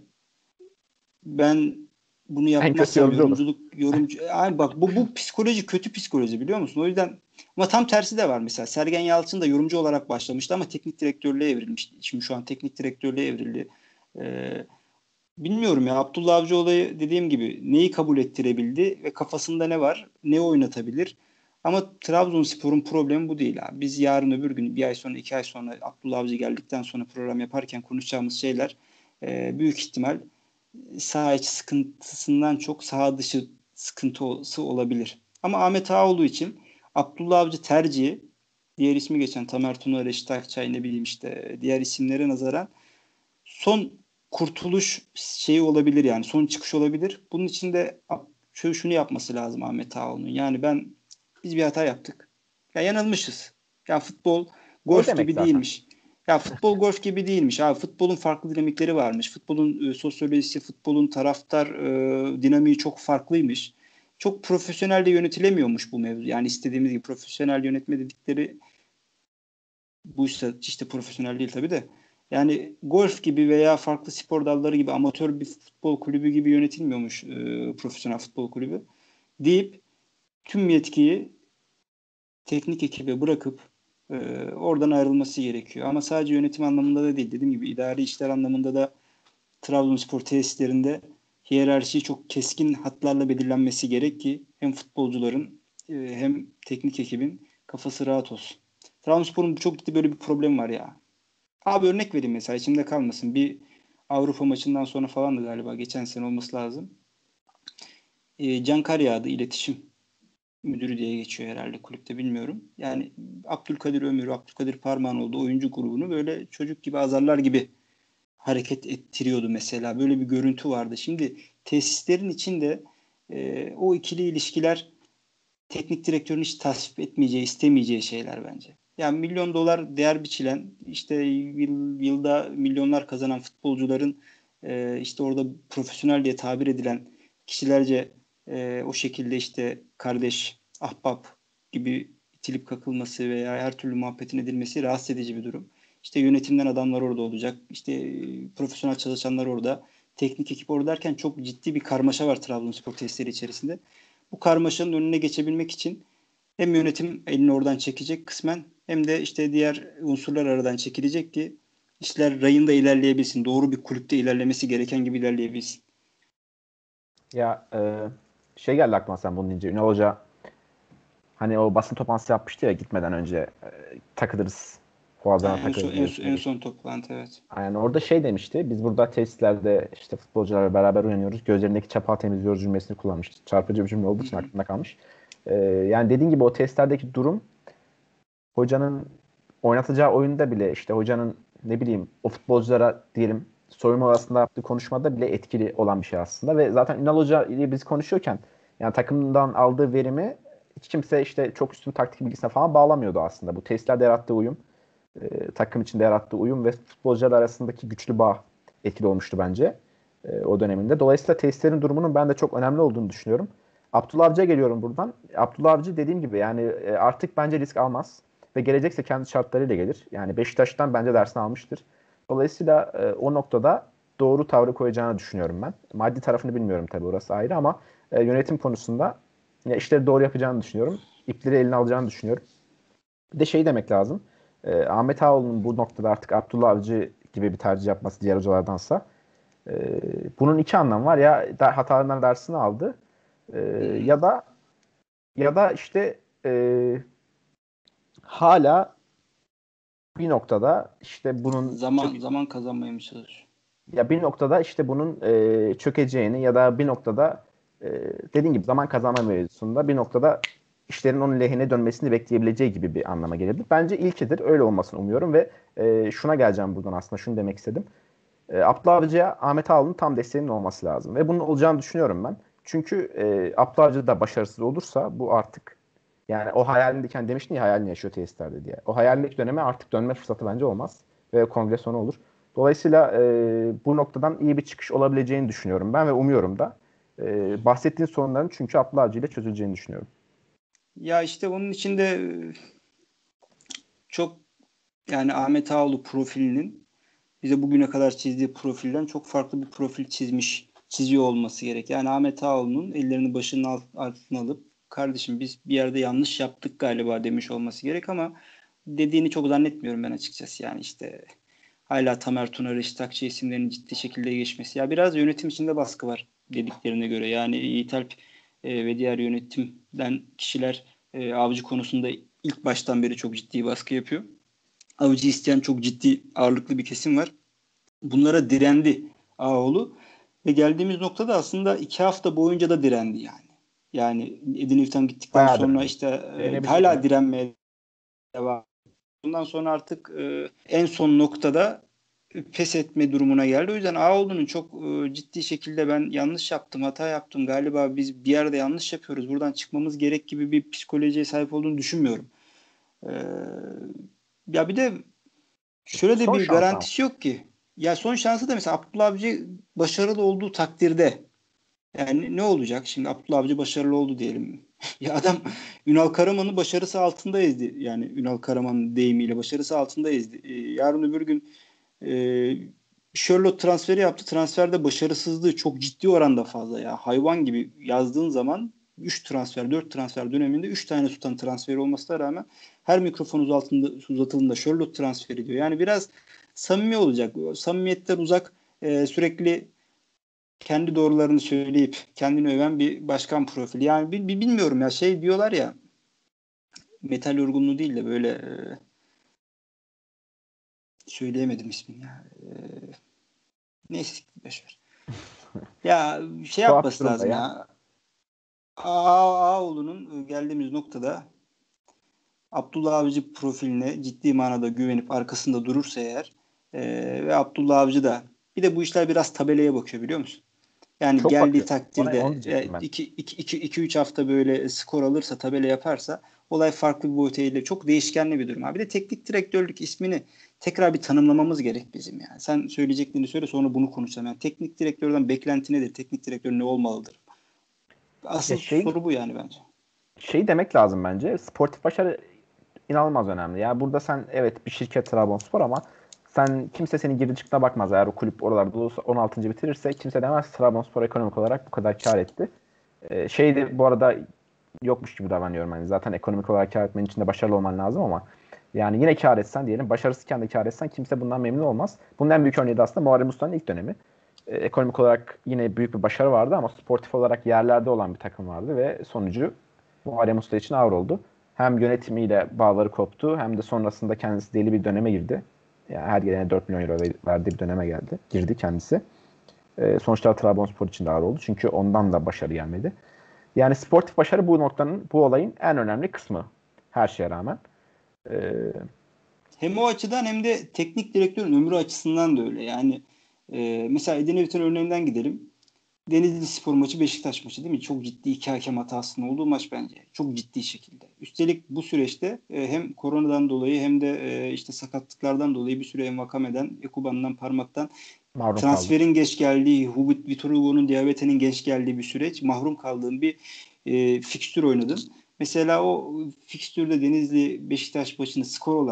ben bunu En kötü yapmazsam yorumcu olur. yorumculuk yorumcu yani bak, bu bu psikoloji kötü psikoloji, biliyor musun? O yüzden, ama tam tersi de var mesela. Sergen Yalçın da yorumcu olarak başlamıştı ama teknik direktörlüğe evrilmişti. Şimdi şu an teknik direktörlüğe evrildi. Ee, Bilmiyorum ya, Abdullah Avcı olayı, dediğim gibi, neyi kabul ettirebildi ve kafasında ne var, ne oynatabilir. Ama Trabzonspor'un problemi bu değil abi. Biz yarın öbür gün, bir ay sonra, iki ay sonra, Abdullah Avcı geldikten sonra program yaparken konuşacağımız şeyler e, büyük ihtimal saha içi sıkıntısından çok saha dışı sıkıntısı olabilir. Ama Ahmet Ağaoğlu için Abdullah Avcı tercihi, diğer ismi geçen Tamer Tuna, Reşit Akçay, ne bileyim işte diğer isimlere nazaran son kurtuluş şeyi olabilir, yani son çıkış olabilir. Bunun için de şöyle şunu yapması lazım Ahmet Ağaoğlu'nun. Yani ben biz bir hata yaptık. Ya yanılmışız. Ya futbol O golf demek gibi zaten. değilmiş. Ya futbol golf gibi değilmiş. Abi futbolun farklı dinamikleri varmış. Futbolun e, sosyolojisi, futbolun taraftar e, dinamiği çok farklıymış. Çok profesyonel de yönetilemiyormuş bu mevzu. Yani istediğimiz gibi profesyonel yönetme dedikleri bu işte, işte profesyonel değil tabii de. Yani golf gibi veya farklı spor dalları gibi amatör bir futbol kulübü gibi yönetilmiyormuş e, profesyonel futbol kulübü. Deyip tüm yetkiyi teknik ekibe bırakıp e, oradan ayrılması gerekiyor. Ama sadece yönetim anlamında da değil. Dediğim gibi idari işler anlamında da Trabzonspor tesislerinde hiyerarşi çok keskin hatlarla belirlenmesi gerek ki hem futbolcuların e, hem teknik ekibin kafası rahat olsun. Trabzonspor'un çok ciddi böyle bir problem var ya. Abi örnek vereyim, mesela içimde kalmasın. Bir Avrupa maçından sonra falandı galiba. Geçen sene olması lazım. E, Can Karyağdı iletişim müdürü diye geçiyor herhalde kulüpte, bilmiyorum. Yani Abdülkadir Ömür, Abdülkadir Parmağanoğlu oyuncu grubunu böyle çocuk gibi azarlar gibi hareket ettiriyordu mesela. Böyle bir görüntü vardı. Şimdi tesislerin içinde e, o ikili ilişkiler teknik direktörün hiç tasvip etmeyeceği, istemeyeceği şeyler bence. Yani milyon dolar değer biçilen, işte yıl, yılda milyonlar kazanan futbolcuların e, işte orada profesyonel diye tabir edilen kişilerce e, o şekilde işte kardeş, ahbap gibi itilip kakılması veya her türlü muhabbetin edilmesi rahatsız edici bir durum. İşte yönetimden adamlar orada olacak. İşte e, profesyonel çalışanlar orada. Teknik ekip orada derken çok ciddi bir karmaşa var Trabzonspor testleri içerisinde. Bu karmaşanın önüne geçebilmek için hem yönetim elini oradan çekecek kısmen, hem de işte diğer unsurlar aradan çekilecek ki işler rayında ilerleyebilsin. Doğru bir kulüpte ilerlemesi gereken gibi ilerleyebilsin. Ya e, şey geldi aklıma sen bunu deyince. Ünal Hoca hani o basın toplantısı yapmıştı ya gitmeden önce e, takılırız. Boğazlarına Ha, en son takılırız en son, en gibisinden. son toplantı, evet. Yani orada şey demişti. Biz burada tesislerde işte futbolcularla beraber uyanıyoruz. Gözlerindeki çapa temizliyoruz cümlesini kullanmıştı. Çarpıcı bir cümle olduğu Hı için hı. aklımda kalmış. E, yani dediğin gibi o testlerdeki durum hocanın oynatacağı oyunda bile işte hocanın ne bileyim o futbolculara diyelim soyunma odasında yaptığı konuşmada bile etkili olan bir şey aslında ve zaten Ünal Hoca ile biz konuşuyorken yani takımdan aldığı verimi hiç kimse işte çok üstün taktik bilgisine falan bağlamıyordu aslında. Bu testlerde yarattığı uyum, e, takım içinde yarattığı uyum ve futbolcular arasındaki güçlü bağ etkili olmuştu bence e, o döneminde. Dolayısıyla testlerin durumunun ben de çok önemli olduğunu düşünüyorum. Abdullah Avcı'ya geliyorum buradan. Abdullah Avcı dediğim gibi yani e, artık bence risk almaz ve gelecekse kendi şartlarıyla gelir. Yani Beşiktaş'tan bence dersini almıştır. Dolayısıyla e, o noktada doğru tavrı koyacağını düşünüyorum ben. Maddi tarafını bilmiyorum tabii, orası ayrı, ama e, yönetim konusunda ya işleri doğru yapacağını düşünüyorum. İpleri eline alacağını düşünüyorum. Bir de şey demek lazım. E, Ahmet Ağaoğlu'nun bu noktada artık Abdullah Avcı gibi bir tercih yapması diğer hocalardansa, e, bunun iki anlamı var. Ya da hatalarından dersini aldı, e, Hı hı. ya da ya da işte e, hala bir noktada işte bunun Zaman çök, zaman kazanmaya mı çalışıyor? ya bir noktada işte bunun e, çökeceğini, ya da bir noktada e, dediğin gibi zaman kazanma mevzusunda bir noktada işlerin onun lehine dönmesini bekleyebileceği gibi bir anlama gelebilir. Bence ilkidir. Öyle olmasını umuyorum ve e, şuna geleceğim buradan, aslında şunu demek istedim. E, Abdullah Avcı'ya Ahmet Ağaoğlu'nun tam desteğinin olması lazım. Ve bunun olacağını düşünüyorum ben. Çünkü e, Abdullah Avcı da başarısız olursa bu artık, yani o hayalindeki, hani demiştin ya hayalini yaşıyor tesislerde diye. O hayalindeki döneme artık dönme fırsatı bence olmaz. Ve kongre sonu olur. Dolayısıyla e, bu noktadan iyi bir çıkış olabileceğini düşünüyorum ben ve umuyorum da. E, bahsettiğin sorunların çünkü Abdullah Avcı ile çözüleceğini düşünüyorum. Ya işte onun içinde e, çok yani Ahmet Ağaoğlu profilinin bize bugüne kadar çizdiği profilden çok farklı bir profil çizmiş, çiziyor olması gerek. Yani Ahmet Ağaoğlu'nun ellerini başının alt, altına alıp kardeşim biz bir yerde yanlış yaptık galiba demiş olması gerek ama dediğini çok zannetmiyorum ben açıkçası. Yani işte hala Tamer Tunar, Reşit Akçay isimlerinin ciddi şekilde geçmesi. Ya biraz yönetim içinde baskı var dediklerine göre. Yani Yiğit Alp e, ve diğer yönetimden kişiler e, avcı konusunda ilk baştan beri çok ciddi baskı yapıyor. Avcı isteyen çok ciddi ağırlıklı bir kesim var. Bunlara direndi Ağoğlu. Ve geldiğimiz noktada aslında iki hafta boyunca da direndi yani. Yani Edin İvtan gittikten Bayağı sonra direndim. işte e, Direnebildi hala mi? direnmeye devam. Bundan sonra artık e, en son noktada pes etme durumuna geldi. O yüzden Ağoğlu'nun çok e, ciddi şekilde ben yanlış yaptım, hata yaptım. Galiba biz bir yerde yanlış yapıyoruz. Buradan çıkmamız gerek gibi bir psikolojiye sahip olduğunu düşünmüyorum. E, ya bir de şöyle de Son bir şans ama. garantisi yok ki. Ya son şansı da mesela Abdullah Avcı başarılı olduğu takdirde yani ne olacak? Şimdi Abdullah Avcı başarılı oldu diyelim. Ya adam Ünal Karaman'ı başarısı altında ezdi. Yani Ünal Karaman'ın deyimiyle başarısı altında ezdi. Ee, yarın öbür gün e, Charlotte transferi yaptı. Transferde başarısızlığı çok ciddi oranda fazla ya. Hayvan gibi yazdığın zaman üç transfer, dört transfer döneminde üç tane tutan transferi olmasına rağmen her mikrofon uzatında, uzatıldığında Charlotte transferi diyor. Yani biraz samimi olacak. Samimiyetten uzak e, sürekli kendi doğrularını söyleyip kendini öven bir başkan profili. Yani bir, bir bilmiyorum ya şey diyorlar ya metal yorgunluğu değil de böyle e, söyleyemedim ismini ya. E, neyse boşver. Ya şey Tuhaf bir yapması durumda lazım ya. ya. A- Ağoğlu'nun geldiğimiz noktada Abdullah Avcı profiline ciddi manada güvenip arkasında durursa eğer e, ve Abdullah Avcı da bir de bu işler biraz tabelaya bakıyor biliyor musun? Yani Çok geldiği bakıyor. Ona, onu takdirde diyecektim ben. iki üç hafta böyle skor alırsa, tabela yaparsa olay farklı bir boyuta eğilir. Çok değişkenli bir durum. Abi bir de teknik direktörlük ismini tekrar bir tanımlamamız gerek bizim yani. Sen söyleyeceklerini söyle sonra bunu konuşalım. Yani teknik direktörden beklenti nedir? Teknik direktör ne olmalıdır? Ya Asıl şey soru bu yani bence. şey demek lazım bence. Sportif başarı inanılmaz önemli. Ya burada sen, evet, bir şirket Trabzonspor, ama sen, kimse senin girdi çıktığına bakmaz. Eğer o kulüp oralarda olursa, on altıncı bitirirse kimse demez Trabzonspor ekonomik olarak bu kadar kar etti. Ee, şey de bu arada yokmuş gibi davranıyorum. Yani zaten ekonomik olarak kar etmenin için de başarılı olman lazım, ama yani yine kar etsen diyelim, başarısızken de kar etsen kimse bundan memnun olmaz. Bunun en büyük örneği de aslında Muharrem Usta'nın ilk dönemi. Ee, ekonomik olarak yine büyük bir başarı vardı, ama sportif olarak yerlerde olan bir takım vardı ve sonucu Muharrem Usta için ağır oldu. Hem yönetimiyle bağları koptu, hem de sonrasında kendisi deli bir döneme girdi. Yani her gelene dört milyon euro verdiği bir döneme geldi. Girdi kendisi. Ee, sonuçlar Trabzonspor için de ağır oldu. Çünkü ondan da başarı gelmedi. Yani sportif başarı bu noktanın, bu olayın en önemli kısmı. Her şeye rağmen. Ee, Hem o açıdan hem de teknik direktörün ömrü açısından da öyle. Yani e, mesela Edin Evit'in örneğinden gidelim. Denizli Spor maçı Beşiktaş maçı değil mi? Çok ciddi iki hakem hatasının olduğu maç bence. Çok ciddi şekilde. Üstelik bu süreçte e, hem koronadan dolayı hem de e, işte sakatlıklardan dolayı bir süre Envakame'den, Ekuban'dan, Parmak'tan mahrum kaldı. transferin geç geldiği, Hubert Vitor Hugo'nun Diabete'nin geç geldiği bir süreç. Mahrum kaldığım bir e, fikstür oynadım. Mesela o fikstürde Denizli Beşiktaş maçını skor olarak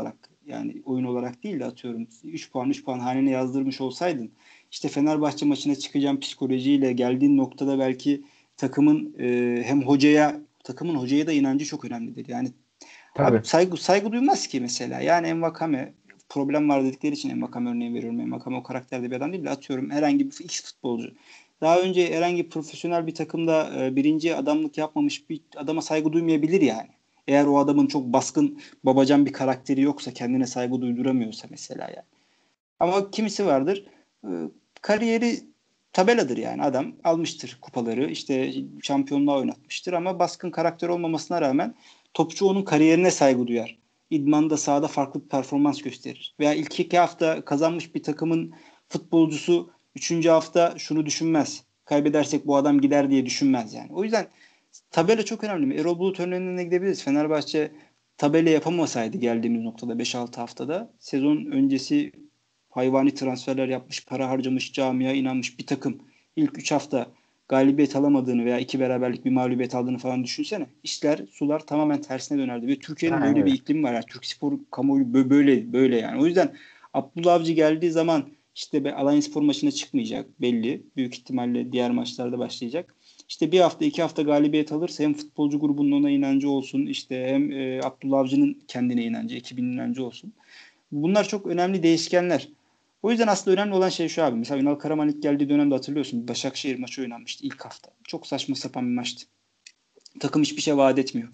yani oyun olarak değil de atıyorum üç puan üç puan hanene yazdırmış olsaydın işte Fenerbahçe maçına çıkacağım psikolojiyle geldiğin noktada belki takımın e, hem hocaya takımın hocaya da inancı çok önemlidir. Yani abi Tabii. saygı saygı duymaz ki mesela. Yani Envakame problem var dedikleri için Envakame örneği veriyorum. Envakame o karakterde bir adam değil de atıyorum herhangi bir X futbolcu. Daha önce herhangi profesyonel bir takımda e, birinci adamlık yapmamış bir adama saygı duymayabilir yani. Eğer o adamın çok baskın babacan bir karakteri yoksa kendine saygı duyduramıyorsa mesela yani. Ama kimisi vardır. E, kariyeri tabeladır yani. Adam almıştır kupaları. İşte şampiyonluğa oynatmıştır ama baskın karakter olmamasına rağmen topçu onun kariyerine saygı duyar. İdmanda sahada farklı bir performans gösterir. Veya ilk iki hafta kazanmış bir takımın futbolcusu üçüncü hafta şunu düşünmez. Kaybedersek bu adam gider diye düşünmez yani. O yüzden tabela çok önemli. Erol Bulut örneğine gidebiliriz. Fenerbahçe tabela yapamasaydı geldiğimiz noktada beş altı haftada sezon öncesi hayvani transferler yapmış, para harcamış, camia inanmış bir takım ilk üç hafta galibiyet alamadığını veya iki beraberlik bir mağlubiyet aldığını falan düşünsene. İşler, sular tamamen tersine dönerdi. Ve Türkiye'nin Aynen böyle bir öyle. iklimi var. Yani Türk spor kamuoyu böyle böyle yani. O yüzden Abdullah Avcı geldiği zaman işte Alanyaspor maçına çıkmayacak belli. Büyük ihtimalle diğer maçlarda başlayacak. İşte bir hafta iki hafta galibiyet alırsa hem futbolcu grubunun ona inancı olsun işte hem e, Abdullah Avcı'nın kendine inancı, ekibinin inancı olsun. Bunlar çok önemli değişkenler. O yüzden aslında önemli olan şey şu abi. Mesela Ünal Karaman ilk geldiği dönemde hatırlıyorsun. Başakşehir maçı oynanmıştı ilk hafta. Çok saçma sapan bir maçtı. Takım hiçbir şey vaat etmiyor.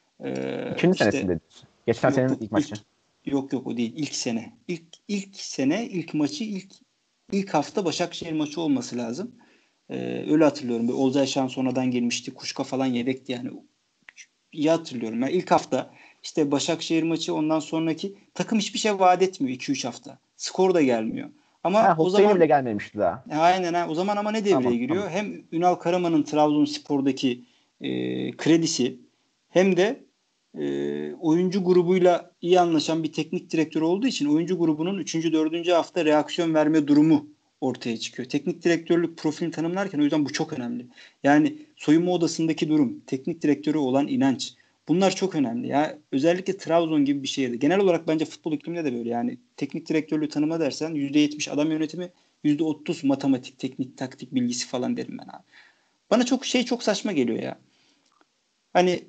Ee, İkinci işte senesinde diyorsun. Geçen yok senenin yok ilk ilk maçı. yok yok o değil. İlk sene. İlk ilk sene ilk maçı ilk ilk hafta Başakşehir maçı olması lazım. Ee, öyle hatırlıyorum. Böyle Olcay Şan sonradan gelmişti. Kuşka falan yedekti yani. İyi hatırlıyorum. Yani ilk hafta işte Başakşehir maçı ondan sonraki takım hiçbir şey vaat etmiyor iki üç hafta. Skor da gelmiyor. Ha, Ama o Hüseyin bile zaman gelmemişti daha. e, aynen ha, o zaman ama ne devreye Tamam, tamam. giriyor? Hem Ünal Karaman'ın Trabzonspor'daki e, kredisi hem de e, oyuncu grubuyla iyi anlaşan bir teknik direktör olduğu için oyuncu grubunun üçüncü dördüncü hafta reaksiyon verme durumu ortaya çıkıyor. Teknik direktörlük profilini tanımlarken o yüzden bu çok önemli. Yani soyunma odasındaki durum, teknik direktörü olan inanç. Bunlar çok önemli. Ya özellikle Trabzon gibi bir şehirde. Genel olarak bence futbol ikliminde de böyle. Yani teknik direktörlüğü tanıma dersen yüzde yetmiş adam yönetimi, yüzde otuz matematik, teknik, taktik bilgisi falan derim ben abi. Bana çok şey çok saçma geliyor ya. Hani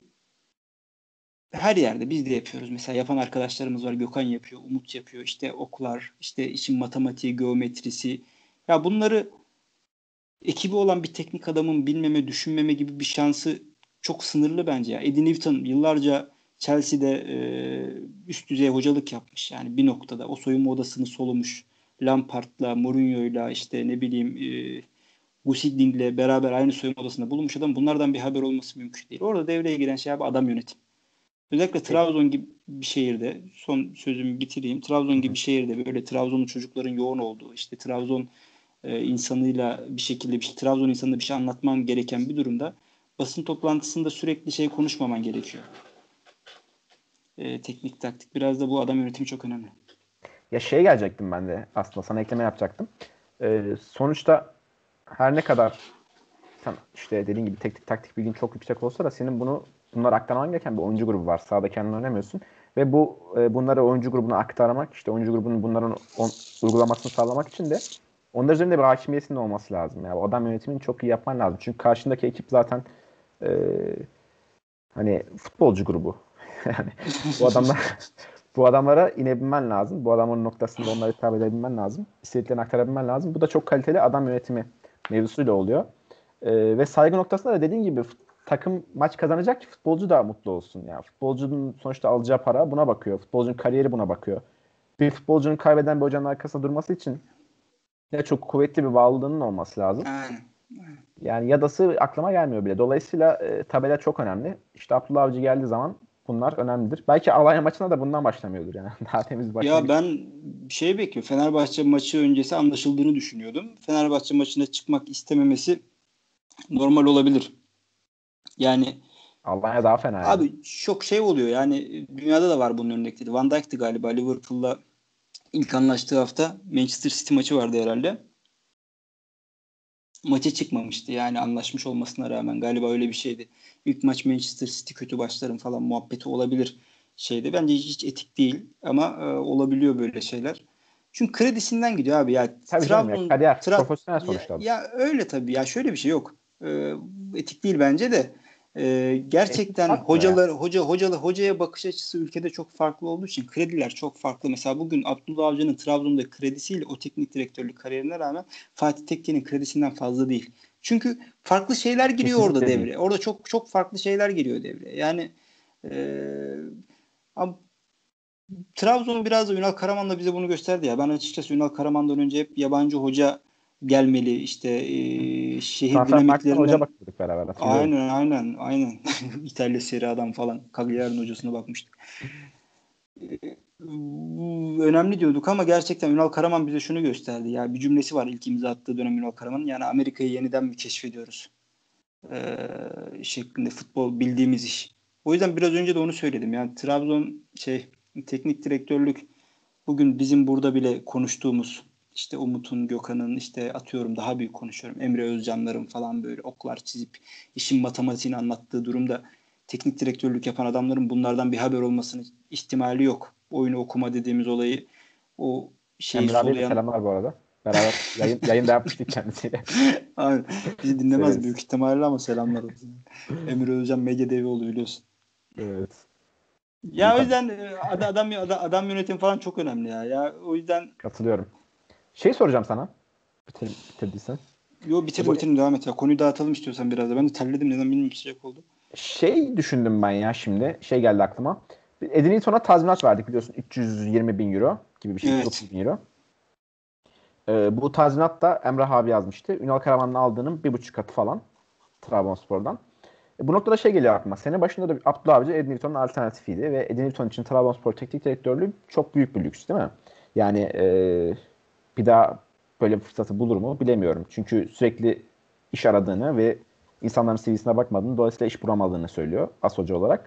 her yerde biz de yapıyoruz. Mesela yapan arkadaşlarımız var. Gökhan yapıyor, Umut yapıyor. İşte oklar, işte işin matematiği, geometrisi. Ya bunları ekibi olan bir teknik adamın bilmeme, düşünmeme gibi bir şansı çok sınırlı bence ya. Eddie Newton yıllarca Chelsea'de e, üst düzey hocalık yapmış. Yani bir noktada o soyunma odasını solumuş. Lampard'la, Mourinho'yla işte ne bileyim e, Gus Hiddink beraber aynı soyunma odasında bulunmuş adam. Bunlardan bir haber olması mümkün değil. Orada devreye giren şey abi adam yönetim. Özellikle E, Trabzon gibi bir şehirde son sözümü bitireyim. Trabzon hı gibi hı. bir şehirde böyle Trabzonlu çocukların yoğun olduğu işte Trabzon e, insanıyla bir şekilde bir şey, Trabzon insanına bir şey anlatman gereken bir durumda basın toplantısında sürekli şey konuşmaman gerekiyor. E, teknik taktik biraz da bu adam yönetimi çok önemli. Ya şeye gelecektim ben de aslında sana ekleme yapacaktım. Ee, sonuçta her ne kadar sen işte dediğin gibi teknik taktik bilgin çok yüksek olsa da senin bunu bunları aktarman gereken bir oyuncu grubu var. Sahada kendin oynamıyorsun. Ve bu e, bunları oyuncu grubuna aktarmak, işte oyuncu grubunun bunların on, uygulamasını sağlamak için de onlar üzerinde bir hakimiyetinin olması lazım. Yani o adam yönetimini çok iyi yapman lazım. Çünkü karşındaki ekip zaten e, hani futbolcu grubu. Yani bu adamlar bu adamlara inebilmen lazım. Bu adamın noktasında onlara hitap edebilmen lazım. İstediklerini aktarabilmen lazım. Bu da çok kaliteli adam yönetimi mevzusuyla oluyor. Ee, ve saygı noktasında da dediğin gibi takım maç kazanacak ki futbolcu da mutlu olsun. Yani futbolcunun sonuçta alacağı para buna bakıyor. Futbolcunun kariyeri buna bakıyor. Bir futbolcunun kaybeden bir hocanın arkasında durması için ya çok kuvvetli bir bağlılığının olması lazım. Aynen. Yani yadası aklıma gelmiyor bile. Dolayısıyla e, tabela çok önemli. İşte Abdullah Avcı geldiği zaman bunlar önemlidir. Belki Alanya maçına da bundan başlamıyordur yani. Daha temiz bir Ya başlangıç. ben şey bekliyorum. Fenerbahçe maçı öncesi anlaşıldığını düşünüyordum. Fenerbahçe maçına çıkmak istememesi normal olabilir. Yani Alanya daha fena ya. abi çok şey oluyor yani dünyada da var bunun örnekleri. Van Dijk'ti galiba Liverpool'la ilk anlaştığı hafta Manchester City maçı vardı herhalde. Maça çıkmamıştı yani anlaşmış olmasına rağmen galiba öyle bir şeydi. İlk maç Manchester City kötü başlarım falan muhabbeti olabilir. şeyde. Bence hiç, hiç etik değil ama e, olabiliyor böyle şeyler. Çünkü kredisinden gidiyor abi ya. Tabii canım ya, Trabzon kariyer. tra, Profesyonel ya, sonuçta adam. ya öyle tabii ya, şöyle bir şey yok. E, etik değil bence de. E, Etik gerçekten bakmıyor ya. hocalar hoca hocalı hocaya bakış açısı ülkede çok farklı olduğu için krediler çok farklı. Mesela bugün Abdullah Avcı'nın Trabzon'da kredisiyle o teknik direktörlük kariyerine rağmen Fatih Tekke'nin kredisinden fazla değil. Çünkü farklı şeyler giriyor orada Kesinlikle değil. devreye. Orada çok çok farklı şeyler giriyor devreye. Yani e, abi, Trabzon biraz da Ünal Karaman da bize bunu gösterdi ya. Ben açıkçası Ünal Karaman'dan önce hep yabancı hoca gelmeli, işte e, şehir Transfermarkt'tan hoca dinamiklerinden. bakıyorduk beraber, hatırlıyorum. Aynen aynen aynen. İtalya Serie A'dan falan Cagliari'nin hocasına bakmıştık. Bu önemli diyorduk ama gerçekten Ünal Karaman bize şunu gösterdi ya. Bir cümlesi var ilk imza attığı dönem Ünal Karaman'ın. Yani Amerika'yı yeniden mi keşfediyoruz? Ee, şeklinde futbol bildiğimiz iş. O yüzden biraz önce de onu söyledim. Yani Trabzon şey teknik direktörlük bugün bizim burada bile konuştuğumuz işte Umut'un, Gökhan'ın, işte atıyorum daha büyük konuşuyorum. Emre Özcanların falan böyle oklar çizip işin matematiğini anlattığı durumda teknik direktörlük yapan adamların bunlardan bir haber olmasının ihtimali yok. Oyunu okuma dediğimiz olayı, o şeyi Emre abiye de soluyan. selamlar bu arada. Beraber yayın, yayında yapmıştık kendisiyle. Abi, bizi dinlemez Severiz. büyük ihtimalle ama selamlar olsun. Emre Özcan medya devi oldu biliyorsun. Evet. Ya Büyük o adam. yüzden e, adam adam adam yönetim falan çok önemli ya. Ya o yüzden Katılıyorum. Şey soracağım sana. Bitir, bitirdiysen. yo, E bitirdim bu bitirdim devam et ya. Konuyu dağıtalım istiyorsan biraz da. Ben de terledim neden bilmiyorum, sıcak oldu. şey düşündüm ben ya şimdi. Şey geldi aklıma. Edinilton'a tazminat verdik biliyorsun. üç yüz yirmi bin euro gibi bir şey. Evet. üç yüz otuz bin euro. Ee, bu tazminat da Emrah abi yazmıştı. Ünal Karaman'ın aldığının bir buçuk katı falan. Trabzonspor'dan. E, bu noktada şey geliyor aklıma. Sene başında da Abdullah Avcı Edinilton'un alternatifiydi ve Edinilton için Trabzonspor teknik direktörlüğü çok büyük bir lüks değil mi? Yani e, bir daha böyle bir fırsatı bulur mu bilemiyorum. Çünkü sürekli iş aradığını ve insanların C V'sine bakmadığını, dolayısıyla iş bulamadığını söylüyor as hoca olarak.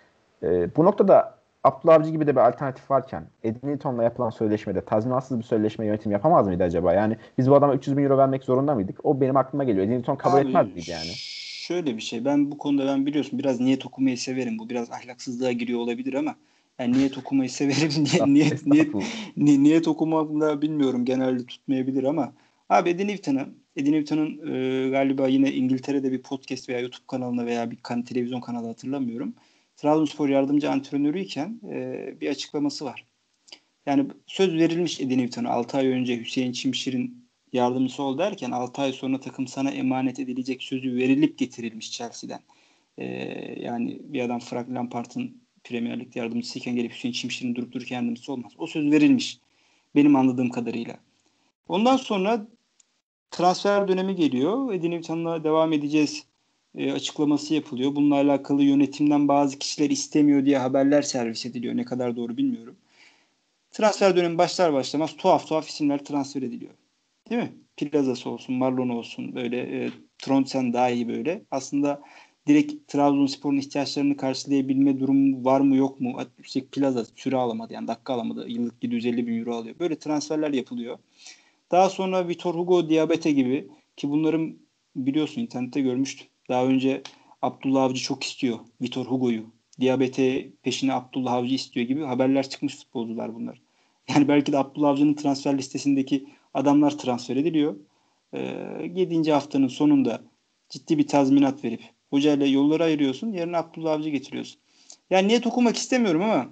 E, bu noktada Abdullah Avcı gibi de bir alternatif varken Edinilton'la yapılan sözleşmede tazminatsız bir sözleşme yönetim yapamaz mıydı acaba? Yani biz bu adama üç yüz bin euro vermek zorunda mıydık? O benim aklıma geliyor. Edinilton kabul etmez Abi miydi yani? şöyle bir şey. Ben bu konuda ben biliyorsun biraz niyet okumayı severim. Bu biraz ahlaksızlığa giriyor olabilir ama yani niyet okumayı severim. Niyet niyet niyet, Estağfurullah. ni- niyet okumakla bilmiyorum, genelde tutmayabilir ama abi Eddie Newton'ı Eddie Newton'un e, galiba yine İngiltere'de bir podcast veya YouTube kanalına veya bir kan televizyon kanalı hatırlamıyorum. Trabzonspor yardımcı antrenörüyken e, bir açıklaması var. Yani söz verilmiş Eddie Newton'a altı ay önce Hüseyin Çimşir'in yardımcısı ol derken altı ay sonra takım sana emanet edilecek sözü verilip getirilmiş Chelsea'den. Ee, yani bir adam Frank Lampard'ın Premier Lig'de yardımcısıyken gelip Hüseyin Çimşir'in durup dururken yardımcısı olmaz. O söz verilmiş benim anladığım kadarıyla. Ondan sonra transfer dönemi geliyor. Eddie Newton'la devam edeceğiz e, açıklaması yapılıyor. Bununla alakalı yönetimden bazı kişiler istemiyor diye haberler servis ediliyor. Ne kadar doğru bilmiyorum. Transfer dönemi başlar başlamaz tuhaf tuhaf isimler transfer ediliyor. Değil mi? Plazası olsun, Marlon olsun, böyle e, Trondsen dahi böyle. Aslında direkt Trabzonspor'un ihtiyaçlarını karşılayabilme durumu var mı yok mu? İşte Plaza süre alamadı, yani dakika alamadı. Yıllık yedi yüz elli bin euro alıyor. Böyle transferler yapılıyor. Daha sonra Vitor Hugo, Diabete gibi, ki bunların biliyorsun internette görmüştüm. Daha önce Abdullah Avcı çok istiyor Vitor Hugo'yu. Diabete peşine Abdullah Avcı istiyor gibi haberler çıkmış futbolcular bunlar. Yani belki de Abdullah Avcı'nın transfer listesindeki adamlar transfer ediliyor. Ee, yedinci haftanın sonunda ciddi bir tazminat verip hocayla yolları ayırıyorsun. Yerine Abdullah Avcı getiriyorsun. Yani niyet okumak istemiyorum ama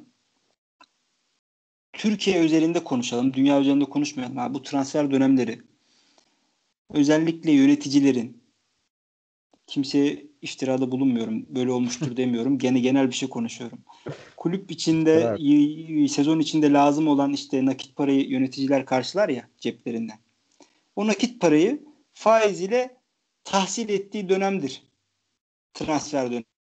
Türkiye özelinde konuşalım. Dünya özelinde konuşmayalım. Ha, bu transfer dönemleri özellikle yöneticilerin, kimseye iftirada bulunmuyorum, böyle olmuştur demiyorum. Gene genel bir şey konuşuyorum. Kulüp içinde, Evet. y- sezon içinde lazım olan işte nakit parayı yöneticiler karşılar ya ceplerinden. O nakit parayı faiz ile tahsil ettiği dönemdir. Transfer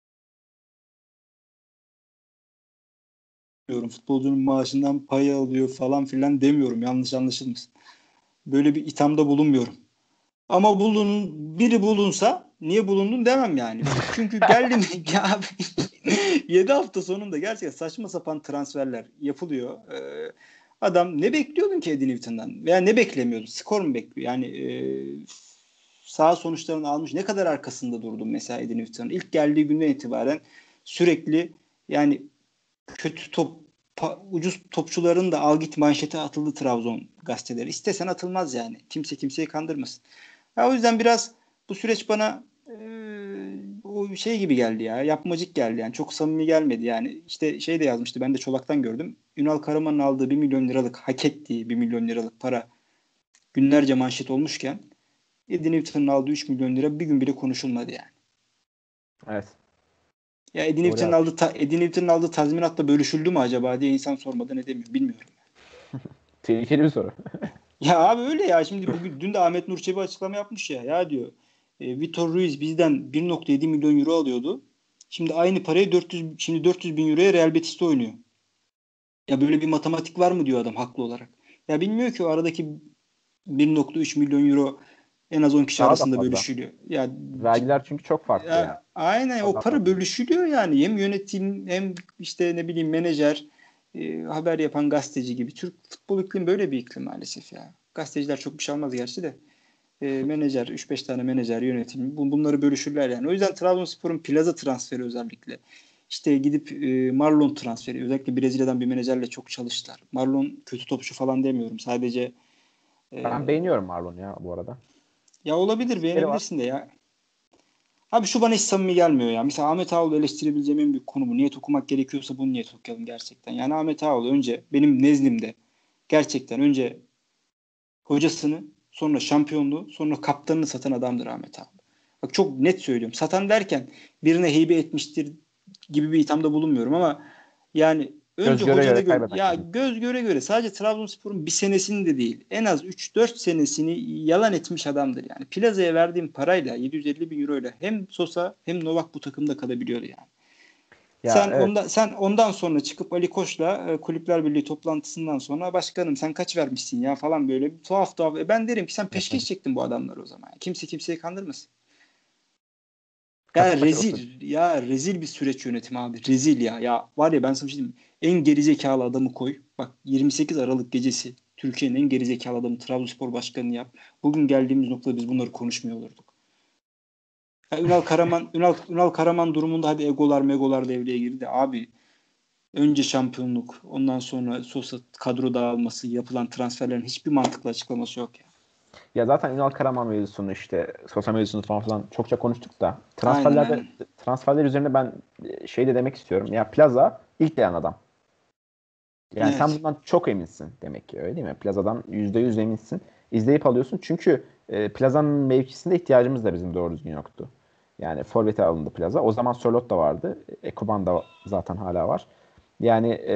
dönemi. Futbolcunun maaşından pay alıyor falan filan demiyorum. Yanlış anlaşılmasın. Böyle bir ithamda bulunmuyorum. Ama bulun, biri bulunsa niye bulundun demem yani. Çünkü geldi mi ya yedi hafta sonunda gerçekten saçma sapan transferler yapılıyor. Ee, adam ne bekliyordun ki Eddie Newton'dan? Veya ne beklemiyordun? Skor mu bekliyor? Yani e, sağ sonuçlarını almış. Ne kadar arkasında durdun mesela Eddie Newton'un? İlk geldiği günden itibaren sürekli, yani kötü top pa, ucuz topçuların da al git manşete atıldı Trabzon gazeteleri. İstesen atılmaz yani. Kimse kimseyi kandırmasın. Ya o yüzden biraz bu süreç bana e, o şey gibi geldi ya. Yapmacık geldi yani. Çok samimi gelmedi yani. İşte şey de yazmıştı. Ben de Çolak'tan gördüm. Ünal Karaman'ın aldığı bir milyon liralık hak ettiği bir milyon liralık para günlerce manşet olmuşken Eddie Newton'un aldığı üç milyon lira bir gün bile konuşulmadı yani. Evet. Ya Eddie Doğru Newton'un aldığı, yazmış. ta, Eddie Newton'un aldığı tazminatla bölüşüldü mü acaba diye insan sormadan edemiyor. Bilmiyorum. Tehlikeli bir soru. Ya abi öyle ya. Şimdi bugün dün de Ahmet Nur Çebi açıklama yapmış ya. Ya diyor e, Vitor Ruiz bizden bir nokta yedi milyon euro alıyordu. Şimdi aynı parayı dört yüz şimdi dört yüz bin euroya Real Betis'te oynuyor. Ya böyle bir matematik var mı diyor adam haklı olarak. Ya bilmiyor ki o aradaki bir nokta üç milyon euro en az on kişi Daha da arasında fazla. bölüşülüyor. Ya, Vergiler çünkü çok farklı yani. ya aynen Çok o daha para fazla. bölüşülüyor yani. Hem yönetim hem işte ne bileyim menajer, e, haber yapan gazeteci gibi. Türk futbol iklimi böyle bir iklim maalesef ya. Gazeteciler çok bir şey almaz gerçi de. E, menajer, üç beş tane menajer yönetim bu- bunları bölüşürler yani. O yüzden Trabzonspor'un plaza transferi özellikle işte gidip e, Marlon transferi özellikle Brezilya'dan bir menajerle çok çalıştılar. Marlon kötü topçu falan demiyorum. Sadece e, Ben beğeniyorum Marlon'u ya bu arada. ya olabilir Eksikleri var. beğenebilirsin de ya. Abi şu bana hiç samimi gelmiyor ya. Mesela Ahmet Ağaoğlu eleştirebileceğim en büyük konu bu. Niyet okumak gerekiyorsa bunu niyet okuyalım gerçekten. Yani Ahmet Ağaoğlu önce benim nezdimde gerçekten önce hocasını, sonra şampiyonluğu, sonra kaptanını satan adamdır Ahmet Ağaoğlu. Bak çok net söylüyorum. Satan derken birine hibe etmiştir gibi bir ithamda bulunmuyorum ama yani Göz önce göre hocanı göre gör kaybeden ya kişi. göz göre göre sadece Trabzonspor'un bir senesini de değil en az üç dört senesini yalan etmiş adamdır yani. Plaza'ya verdiğim parayla yedi yüz elli bin euro ile hem Sosa hem Novak bu takımda kalabiliyordu yani. Ya Sen evet. onda sen ondan sonra çıkıp Ali Koç'la e, Kulüpler Birliği toplantısından sonra başkanım sen kaç vermişsin ya falan böyle bir tuhaf tuhaf. E, ben derim ki sen peşkeş çektin bu adamları o zaman. Kimse kimseyi kandırmasın. Ya Katılıyorum. rezil ya rezil bir süreç yönetimi abi. Rezil ya. Ya var ya ben sana bir şey diyeyim mi? En gerizekalı adamı koy. Bak yirmi sekiz Aralık gecesi Türkiye'nin en gerizekalı adamı Trabzonspor başkanını yap. Bugün geldiğimiz noktada biz bunları konuşmuyor olurduk. Ya Ünal Karaman Ünal, Ünal Karaman durumunda hadi egolar megolar devreye girdi. Abi önce şampiyonluk, ondan sonra Sosa kadro dağılması, yapılan transferlerin hiçbir mantıklı açıklaması yok ya. Ya zaten Ünal Karaman mevzusunu işte sosyal mevzusunu falan filan çokça konuştuk da Aynen transferlerde aynen. transferler üzerine ben e, şey de demek istiyorum. Ya Plaza ilk dayan adam. Yani sen Evet. bundan çok eminsin demek ki öyle değil mi? Plaza'dan yüzde yüz eminsin. İzleyip alıyorsun. Çünkü e, Plaza'nın mevkisinde ihtiyacımız da bizim doğru düzgün yoktu. Yani forvete alındı Plaza. O zaman Sörloth da vardı. Ekuban da zaten hala var. Yani e,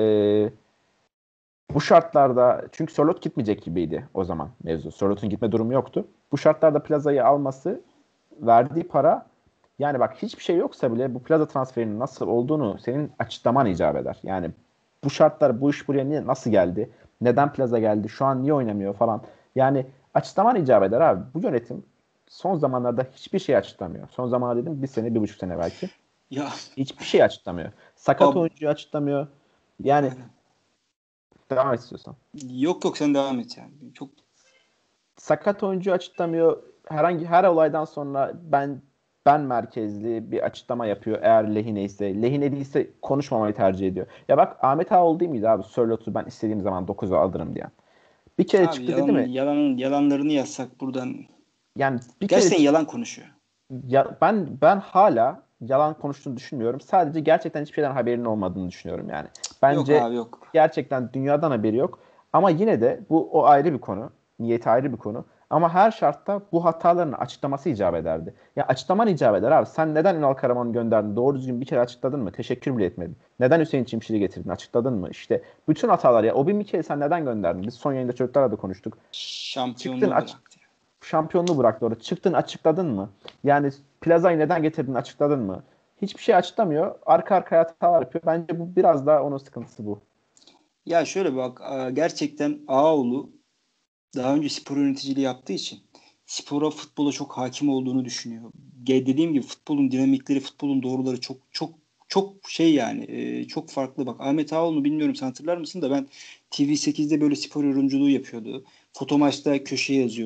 bu şartlarda çünkü Sörloth gitmeyecek gibiydi o zaman mevzu. Sörloth'un gitme durumu yoktu. Bu şartlarda Plaza'yı alması verdiği para yani bak hiçbir şey yoksa bile bu Plaza transferinin nasıl olduğunu senin açıklaman icap eder. Yani bu şartlar bu iş buraya niye, nasıl geldi? Neden Plaza geldi? Şu an niye oynamıyor falan. Yani açıklaman icap eder abi. Bu yönetim son zamanlarda hiçbir şey açıklamıyor. Son zamanlarda dedim bir sene, bir buçuk sene belki. Ya Hiçbir şey açıklamıyor. Sakat ab, oyuncuyu açıklamıyor. Yani aynen. devam et istiyorsan. Yok yok sen devam et yani. Çok Sakat oyuncu açıklamıyor. Herhangi her olaydan sonra ben ben merkezli bir açıklama yapıyor eğer lehine ise. Lehine değilse konuşmamayı tercih ediyor. Ya bak Ahmet Ağaoğlu değil miydi abi? Sörlot'u ben istediğim zaman dokuza alırım diyen. Bir kere abi çıktı dedi yalan mi? yalan yalanlarını yazsak buradan Yani bir kere gerçekten çıktı. yalan konuşuyor. Ya ben ben hala yalan konuştuğunu düşünmüyorum. Sadece gerçekten hiçbir şeyden haberinin olmadığını düşünüyorum yani. Yok Bence abi yok. gerçekten dünyadan haberi yok. Ama yine de bu o ayrı bir konu. Niyeti ayrı bir konu. Ama her şartta bu hatalarını açıklaması icap ederdi. Ya açıklaman icap eder abi. Sen neden Ünal Karaman'ı gönderdin? Doğru düzgün bir kere açıkladın mı? Teşekkür bile etmedin. Neden Hüseyin Çimşir'i getirdin? Açıkladın mı? İşte bütün hatalar ya. O bir Mikel'i sen neden gönderdin? Biz son yayında çocuklarla da konuştuk. Çıktın Şampiyonluğu aç bıraktı. şampiyonluğu bıraktı orada. Çıktın açıkladın mı? Yani Plaza'yı neden getirdin açıkladın mı? Hiçbir şey açıklamıyor. Arka arkaya hatalar yapıyor. Bence bu biraz da onun sıkıntısı bu. Ya şöyle bak a- gerçekten Ağoğlu daha önce spor yöneticiliği yaptığı için spora, futbola çok hakim olduğunu düşünüyor. Ge- Dediğim gibi futbolun dinamikleri, futbolun doğruları çok çok çok şey yani e, çok farklı. Bak Ahmet Ağaoğlu'nu bilmiyorum sen hatırlar mısın da ben T V sekizde böyle spor yorumculuğu yapıyordu. Foto maçta köşeye yazıyordu.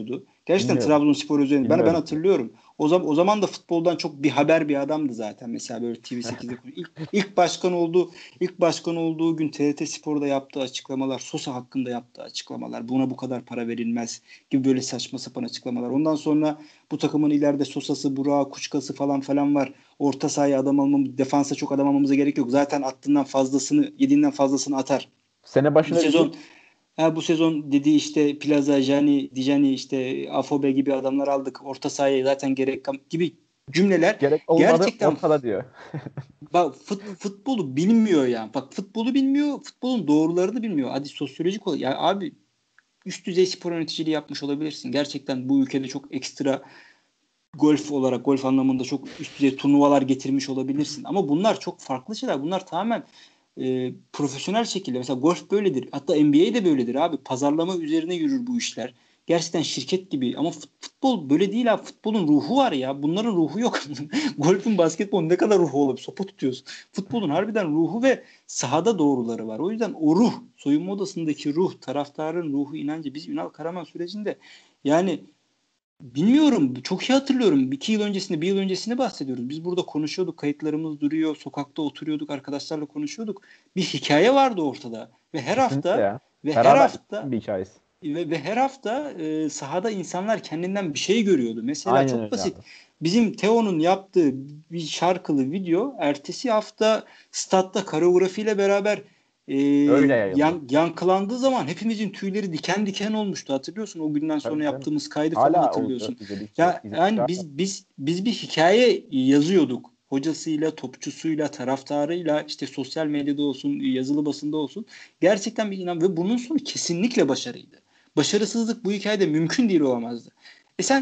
Gerçekten Bilmiyorum. Trabzonspor üzerinde. Ben ben Bilmiyorum. hatırlıyorum. O zaman o zaman da futboldan çok bir haber bir adamdı zaten. Mesela böyle T V sekizde ilk, ilk başkan olduğu ilk başkan olduğu gün T R T Spor'da yaptığı açıklamalar, Sosa hakkında yaptığı açıklamalar, buna bu kadar para verilmez gibi böyle saçma sapan açıklamalar. Ondan sonra bu takımın ileride Sosa'sı, Burak'ı, Kuşkası falan falan var. Orta sahaya adam almamız, defansa çok adam almamıza gerek yok. Zaten attığından fazlasını, yediğinden fazlasını atar. Sene Bu başına dedi. sezon ha, bu sezon dediği işte Plaza, Jani, Dijani, işte Afobe gibi adamlar aldık. Orta sahaya zaten gerek kam- gibi cümleler Gerek olmadı gerçekten ortada diyor. bak fut, futbolu bilmiyor yani. Bak futbolu bilmiyor, futbolun doğrularını bilmiyor. Hadi sosyolojik ol. Ya abi üst düzey spor yöneticiliği yapmış olabilirsin. Gerçekten bu ülkede çok ekstra golf olarak, golf anlamında çok üst düzey turnuvalar getirmiş olabilirsin. Ama bunlar çok farklı şeyler. Bunlar tamamen e, profesyonel şekilde. Mesela golf böyledir. Hatta N B A de böyledir abi. Pazarlama üzerine yürür bu işler. Gerçekten şirket gibi. Ama fut- futbol böyle değil abi. Futbolun ruhu var ya. Bunların ruhu yok. Golfün, basketbolun ne kadar ruhu olabilir? Sopa tutuyorsun. Futbolun harbiden ruhu ve sahada doğruları var. O yüzden o ruh, soyunma odasındaki ruh, taraftarın ruhu, inancı. Biz Ünal Karaman sürecinde yani bilmiyorum. Çok iyi hatırlıyorum. İki yıl öncesinde, bir yıl öncesinde bahsediyoruz. Biz burada konuşuyorduk. Kayıtlarımız duruyor. Sokakta oturuyorduk. Arkadaşlarla konuşuyorduk. Bir hikaye vardı ortada. Ve her Kesinlikle hafta ya. ve her Beraberlikten hafta bir hikayesi. ve, ve her hafta e, sahada insanlar kendinden bir şey görüyordu. Mesela Aynen çok öyle basit. abi. Bizim Teo'nun yaptığı bir şarkılı video ertesi hafta statta koreografiyle beraber e, Öyle yayıldı. yan, yankılandığı zaman hepimizin tüyleri diken diken olmuştu. Hatırlıyorsun, o günden sonra Tabii canım. yaptığımız kaydı falan Hala oluyor. hatırlıyorsun. İzledikçe, Ya izledikçe yani hala. biz biz biz bir hikaye yazıyorduk. Hocasıyla, topçusuyla, taraftarıyla, işte sosyal medyada olsun, yazılı basında olsun. Gerçekten bir inan ve bunun sonu kesinlikle başarıydı. Başarısızlık bu hikayede mümkün değil, olamazdı. E sen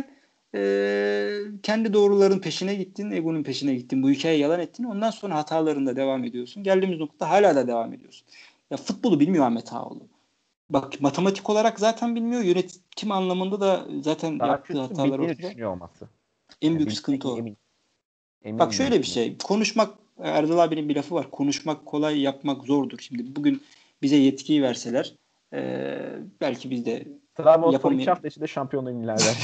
e, kendi doğruların peşine gittin, egonun peşine gittin, bu hikayeyi yalan ettin. Ondan sonra hatalarında devam ediyorsun. Geldiğimiz noktada hala da devam ediyorsun. Ya futbolu bilmiyor Ahmet Ağaoğlu. Bak matematik olarak zaten bilmiyor. Yönetim anlamında da zaten Daha yaptığı kötüsü hatalar bildiğini ortada. düşünüyor olması. En Yani büyük bildiğine sıkıntı o. emin. Bak Emin şöyle bir bildiğine. şey. Konuşmak, Erdal abinin bir lafı var. Konuşmak kolay, yapmak zordur. Şimdi bugün bize yetkiyi verseler eee, belki biz de Trabzonspor iki yapamayız. hafta içinde şampiyonluğunu ilan eder.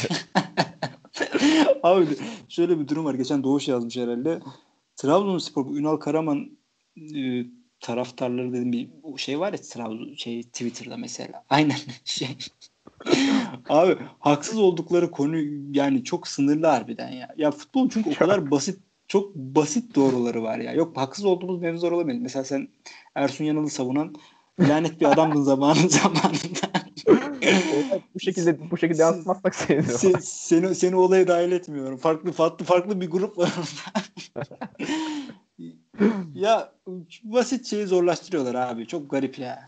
Abi şöyle bir durum var. Geçen Doğuş yazmış herhalde. Trabzonspor, bu Ünal Karaman e, taraftarları dedim, bir o şey var ya Trabzon şey Twitter'da mesela. Aynen şey. Abi haksız oldukları konu yani çok sınırlı harbiden ya. Ya futbol çünkü o kadar Çok. basit, çok basit doğruları var ya. Yok, haksız olduğumuz mevzular olamayız. Mesela sen Ersun Yanal'ı savunan lanet bir adamdın zamanın zamanında. Olay bu şekilde bu şekilde yansıtmazsak sevinirim. Se, seni, seni olaya dahil etmiyorum. Farklı farklı farklı bir grup var orada. Ya basit şeyi zorlaştırıyorlar abi. Çok garip ya.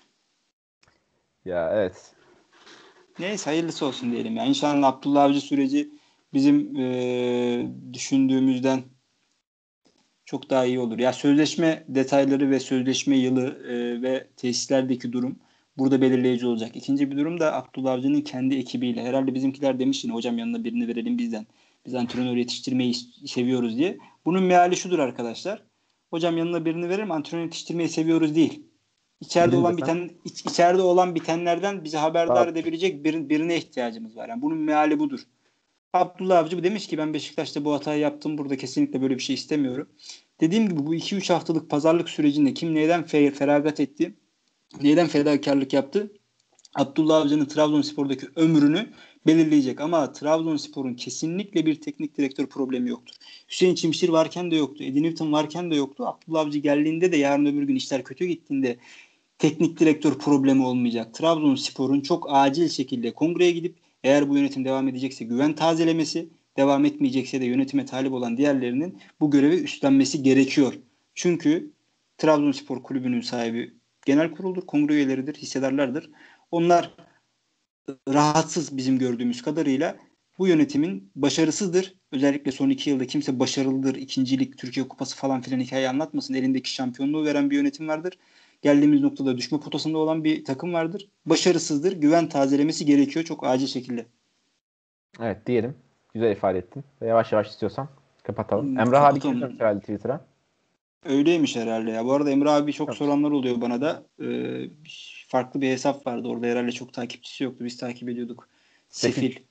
Ya evet. Neyse hayırlısı olsun diyelim ya. İnşallah Abdullah Avcı süreci bizim eee, düşündüğümüzden çok daha iyi olur. Ya sözleşme detayları ve sözleşme yılı eee, ve tesislerdeki durum burada belirleyici olacak. İkinci bir durum da Abdullah Avcı'nın kendi ekibiyle. Herhalde bizimkiler demiş yine, hocam yanına birini verelim bizden. Biz antrenör yetiştirmeyi seviyoruz diye. Bunun meali şudur arkadaşlar. Hocam yanına birini verelim, antrenör yetiştirmeyi seviyoruz değil. İçeride Bilin olan desem biten iç, içeride olan bitenlerden bizi haberdar dağıtır. edebilecek bir, birine ihtiyacımız var. Yani bunun meali budur. Abdullah Avcı demiş ki ben Beşiktaş'ta bu hatayı yaptım. Burada kesinlikle böyle bir şey istemiyorum. Dediğim gibi bu iki üç haftalık pazarlık sürecinde kim neyden fe- feragat etti, neyden fedakarlık yaptı? Abdullah Avcı'nın Trabzonspor'daki ömrünü belirleyecek. Ama Trabzonspor'un kesinlikle bir teknik direktör problemi yoktur. Hüseyin Çimşir varken de yoktu. Eddie Newton varken de yoktu. Abdullah Avcı geldiğinde de, yarın öbür gün işler kötü gittiğinde teknik direktör problemi olmayacak. Trabzonspor'un çok acil şekilde kongreye gidip, eğer bu yönetim devam edecekse güven tazelemesi, devam etmeyecekse de yönetime talip olan diğerlerinin bu görevi üstlenmesi gerekiyor. Çünkü Trabzonspor kulübünün sahibi genel kuruldur, kongre üyeleridir, hissedarlardır. Onlar rahatsız bizim gördüğümüz kadarıyla. Bu yönetimin başarısızdır. Özellikle son iki yılda kimse başarılıdır, ikincilik, Türkiye Kupası falan filan hikaye anlatmasın. Elindeki şampiyonluğu veren bir yönetim vardır. Geldiğimiz noktada düşme potasında olan bir takım vardır. Başarısızdır. Güven tazelemesi gerekiyor çok acil şekilde. Evet diyelim. Güzel ifade ettin. Ve yavaş yavaş istiyorsan kapatalım. Hmm, Emrah abi kapatalım. girmemiş herhalde Twitter'a. Öyleymiş herhalde ya. Bu arada Emre abi çok Tamam. soranlar oluyor bana da. Ee, farklı bir hesap vardı orada, herhalde çok takipçisi yoktu. Biz takip ediyorduk. Sefil. Sefil.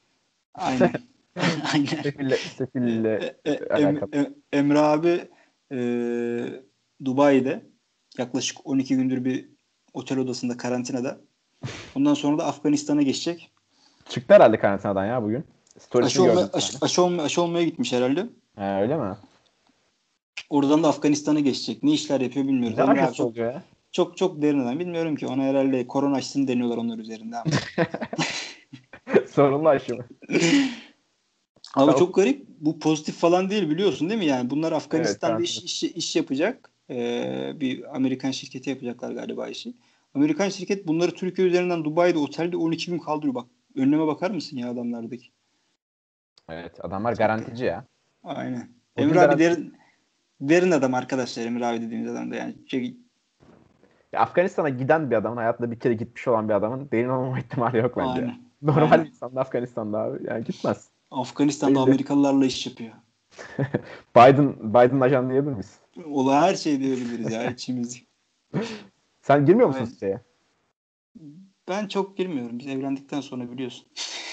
Aynen. Aynen. Sefille, sefille E, e, em, alakalı. e, Emre abi e, Dubai'de yaklaşık on iki gündür bir otel odasında karantinada. Ondan sonra da Afganistan'a geçecek. Çıktı herhalde karantinadan ya bugün. Storiesini Aşı olmaya, gördüm bir aşı, tane. aşı, olmaya, aşı olmaya gitmiş herhalde. He, öyle mi? Oradan da Afganistan'a geçecek. Ne işler yapıyor bilmiyoruz. Ne Emre abi aşısı çok oluyor ya? çok çok derinden bilmiyorum ki. Ona herhalde korona aşısını deniyorlar onlar üzerinde ama. Sorunlu aşı mı? Abi Ben çok okudum. garip. Bu pozitif falan değil biliyorsun değil mi? Yani bunlar Evet, Afganistan'da iş, karantina. iş, iş yapacak. Ee, bir Amerikan şirketi yapacaklar galiba işi. Amerikan şirket bunları Türkiye üzerinden Dubai'de otelde on iki gün kaldırıyor. Bak önleme bakar mısın ya adamlardaki? Evet, adamlar Çok garantici ya. aynen. Bugün Emre abi garanti. derin, derin adam arkadaşlar Emre abi dediğimiz adam da yani. Şey, Ya Afganistan'a giden bir adamın, hayatında bir kere gitmiş olan bir adamın derin olmama ihtimali yok bence ya. aynen. Normal Aynen. insan da Afganistan'da abi. Yani gitmez. Afganistan'da Belli. Amerikalılarla iş yapıyor. Biden, Biden ajan diyebilir miyiz? Ola her şey diyebiliriz ya içimiz. Sen girmiyor musun Aynen. siteye? Ben çok girmiyorum. Biz evlendikten sonra biliyorsun.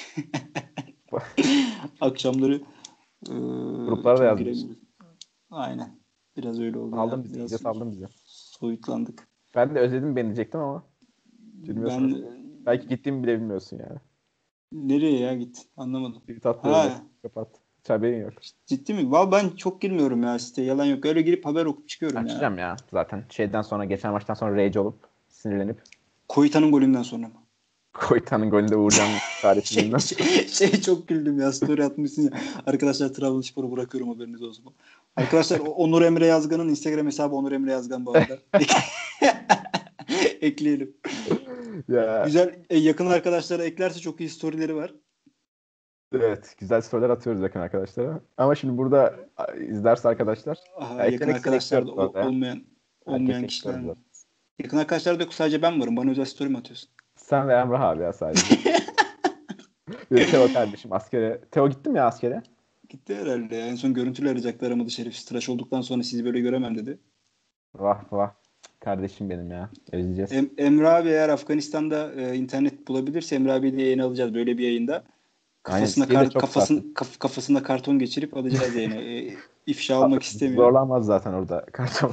Akşamları eee, Gruplara da çok yazmıyorsun. giremiyoruz. Aynen. Biraz öyle oldu ya. Aldın bizi, Biraz iyice saldın bizi. soyutlandık. Ben de özledim beni diyecektim ama Ben bilmiyorsan. Belki gittiğimi bile bilmiyorsun yani. nereye ya git? Anlamadım. Tweet atıyorum bak. Ha, Kapat. Hiç haberin yok. ciddi mi? Vallahi ben çok girmiyorum ya siteye. Yalan yok. Öyle girip haber okup çıkıyorum ya. Açacağım ya zaten. Şeyden sonra, geçen maçtan sonra rage olup sinirlenip Koyta'nın golünden sonra mı? Koyta'nın golünde Uğurcan'ın Şey, çaresizliğinden sonra. şey, şey çok güldüm ya. Story atmışsın ya. Arkadaşlar Trabzonspor'u bırakıyorum haberiniz olsun. Arkadaşlar o- Onur Emre Yazgan'ın Instagram hesabı Onur Emre Yazgan bu arada. Ekleyelim. Ya Güzel. E, yakın arkadaşlara eklerse çok iyi storyleri var. evet, güzel storyler atıyoruz yakın arkadaşlara. Ama şimdi burada a, izlerse arkadaşlar, Aha, ya yakın eklemek isteyeni arkadaşlar ekliyoruz da bu o- arada ya. olmayan Herkes olmayan ekliyoruz kişiler mi? zaten. Yakın arkadaşlar da yok. Sadece ben varım. Bana özel story mi atıyorsun? Sen ve Emrah abi ya sadece. Bir de Teo kardeşim askere. Teo gittim ya askere. Gitti herhalde ya. En son görüntüler arayacaktı aramadı şerefsiz. Tıraş olduktan sonra sizi böyle göremem dedi. Vah vah. Kardeşim benim ya. Özleyeceğiz. Em Emre abi eğer Afganistan'da e, internet bulabilirse Emre abi de yayın alacağız böyle bir yayında. Aynen, Kafasına isteği de kar çok zaten. kafasın kaf, kafasına karton geçirip alacağız yayına. E, ifşa olmak istemiyor. Zorlanmaz zaten orada. Karşıma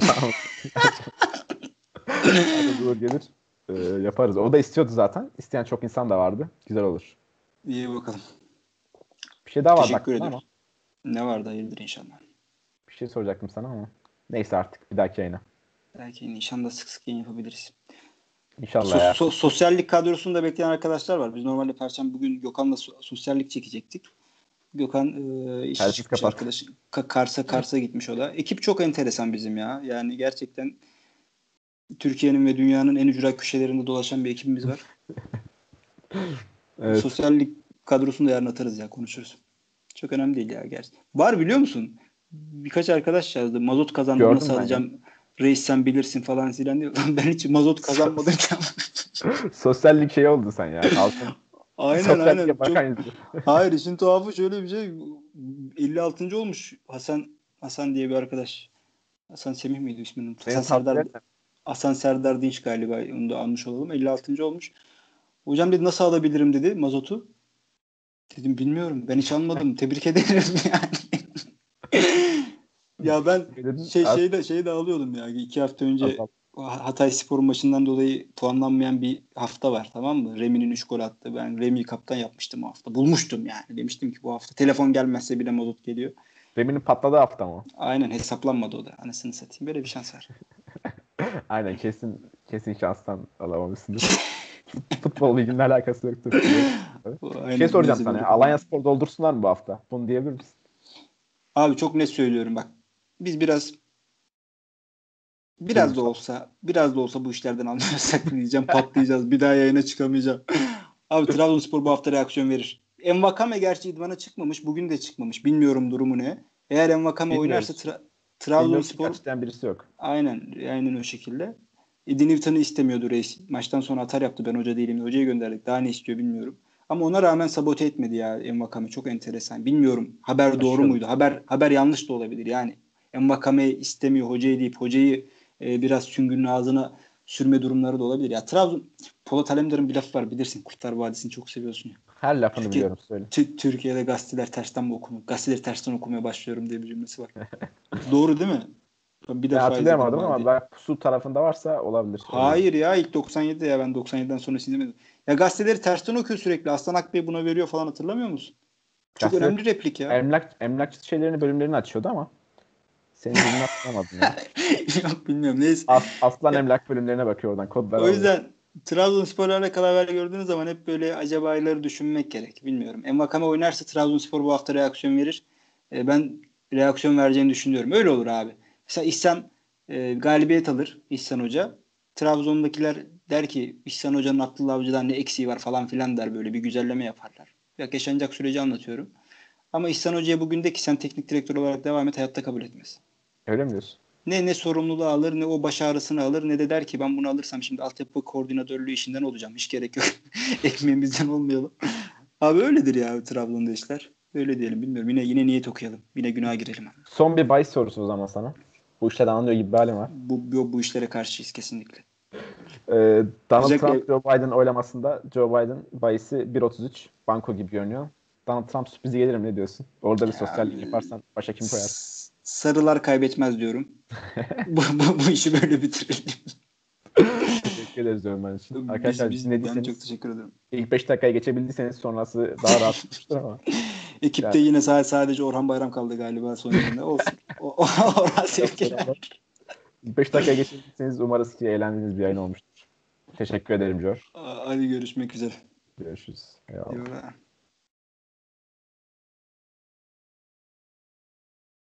Arada Uğur gelir. Ee, yaparız. O da istiyordu zaten. İsteyen çok insan da vardı. Güzel olur. İyi bakalım. Bir şey daha vardı Teşekkür aklımda ama. ediyoruz. Ne vardı hayırdır inşallah. Bir şey soracaktım sana ama. Neyse artık bir dahaki yayına. Belki inşallah sık sık yayın yapabiliriz. İnşallah Sos, ya. so, sosyallik kadrosunda bekleyen arkadaşlar var. Biz normalde Perşembe bugün Gökhan'la so, sosyallik çekecektik. Gökhan e, işi Telsiz çıkmış kapat. arkadaş. Ka- Kars'a Kars'a gitmiş o da. Ekip çok enteresan bizim ya. Yani gerçekten Türkiye'nin ve dünyanın en ücra köşelerinde dolaşan bir ekibimiz var. Evet. Sosyallik kadrosunu da yarın atarız ya konuşuruz. Çok önemli değil ya gerçi. Var biliyor musun? Birkaç arkadaş yazdı. Mazot kazandım nasıl Gördüm ben ya. alacağım? Reis sen bilirsin falan filan diyor. Ben hiç mazot kazanmadım ki. Sosyallik şey oldu sen ya. Halkın Aynen aynen. sosyalliğe Çok bakan yüzü. hayır işin tuhafı şöyle bir şey. elli altıncı olmuş Hasan Hasan diye bir arkadaş. Hasan Semih miydi isminin? Beni Hasan tavsiye Serdar edersen. Hasan Serdar Dinç galiba. Onu da almış olalım. elli altıncı olmuş. Hocam dedi nasıl alabilirim dedi mazotu. Dedim bilmiyorum. Ben hiç almadım. Tebrik ederim yani. Ya ben Dedin, şey az, şeyi de şeyi de alıyordum ya. iki hafta önce az, Hatay Spor maçından dolayı puanlanmayan bir hafta var tamam mı? Remi'nin üç gol attı. Ben Remi'yi kaptan yapmıştım o hafta. Bulmuştum yani. Demiştim ki bu hafta telefon gelmezse bile mazot geliyor. Reminin patladığı hafta mı? Aynen hesaplanmadı o da. Anasını satayım. Böyle bir şans var. Aynen, kesin kesin şanstan alamamışsındır. Futbol bilginin alakası yoktur. Bir şey Aynen. soracağım Neyse sana böyle. ya. Alanyaspor doldursunlar mı bu hafta? Bunu diyebilir misin? Abi çok net söylüyorum bak. Biz biraz biraz da Duygusal. olsa biraz da olsa bu işlerden anlıyorsak diyeceğim patlayacağız. Bir daha yayına çıkamayacağım. Abi Trabzonspor bu hafta reaksiyon verir. Envakame gerçi idmana çıkmamış. Bugün de çıkmamış. Bilmiyorum durumu ne. Eğer Envakame oynarsa Bilmiyoruz. Tra- Bilmiyoruz çünkü Trabzonspor açıklayan birisi yok. aynen aynen o şekilde. Edinivtan'ı istemiyordu reis. Maçtan sonra atar yaptı. Ben hoca değilim. Hocayı gönderdik. Daha ne istiyor bilmiyorum. Ama ona rağmen sabote etmedi ya Envakame. Çok enteresan. Bilmiyorum. Haber doğru Şaşırdım. muydu? Haber haber yanlış da olabilir. Yani Envakame istemiyor hocayı deyip hocayı e, biraz süngünün ağzına sürme durumları da olabilir. Ya Trabzon Polat Alemdar'ın bir lafı var bilirsin. Kurtlar Vadisi'ni çok seviyorsun ya. Her lafını Türkiye, biliyorum söyle. T- Türkiye'de gazeteler tersten mi okunur? Gazeteleri tersten okumaya başlıyorum diye bir cümlesi var. Doğru değil mi? Ben bir Ben defa izledim hatırlayamadım ama Baldi. ben Pusu tarafında varsa olabilir. Öyle. Hayır ya ilk doksan yedide ya ben doksan yediden sonra izlemedim. Ya gazeteleri tersten okuyor sürekli. Aslan Akbey buna veriyor falan hatırlamıyor musun? Çok Gazeteler önemli replik ya. emlak emlakçı şeylerini bölümlerini açıyordu ama senin dilini hatırlamadım ya. Yok bilmiyorum neyse. As, Aslan Ya, emlak bölümlerine bakıyor oradan kodları o alıyor. yüzden Trabzonspor'la alakalı haber gördüğünüz zaman hep böyle acabayları düşünmek gerek. Bilmiyorum. Envakame oynarsa Trabzonspor bu hafta reaksiyon verir. E, ben reaksiyon vereceğini düşünüyorum. Öyle olur abi. Mesela İhsan e, galibiyet alır İhsan Hoca. Trabzon'dakiler der ki İhsan Hoca'nın Abdullah Avcı'dan ne eksiği var falan filan der böyle bir güzelleme yaparlar. Ya yaşanacak süreci anlatıyorum. Ama İhsan Hoca'ya bugün de ki sen teknik direktör olarak devam et hayatta kabul etmez. Öyle mi diyorsun? Ne ne sorumluluğu alır ne o baş ağrısını alır ne de der ki ben bunu alırsam şimdi altyapı koordinatörlüğü işinden olacağım. Hiç gerek yok. Ekmeğimizden olmayalım. Abi öyledir ya Trabzon'da işler. Öyle diyelim bilmiyorum. Yine yine niyet okuyalım. Yine günaha girelim. Son bir bahis sorusu o zaman sana. Bu işlerden anlıyor gibi bir halim var. Bu, bu, bu işlere karşıyız kesinlikle. Ee, Donald Özellikle Trump Joe Biden oylamasında Joe Biden bahisi bir otuz üç. Banko gibi görünüyor. Donald Trump sürprizi gelir mi ne diyorsun? Orada bir ya, sosyallik yaparsan başa kim koyarsın? s- sarılar kaybetmez diyorum. bu, bu, bu işi böyle bitirelim. Teşekkür ederiz yorumlar için. Biz, Arkadaşlar biz, ben çok dinlediyseniz teşekkür ederim. ilk beş dakikaya geçebildiyseniz sonrası daha rahat olmuştur ama. Ekipte Yani, yine sadece, sadece Orhan Bayram kaldı galiba son yayında. Olsun. O, o, Orhan sevgiler. ilk beş dakikaya geçebildiyseniz umarız ki eğlendiğiniz bir yayın olmuştur. Teşekkür ederim Joe. Hadi görüşmek üzere. Görüşürüz. Eyvallah. Eyvallah.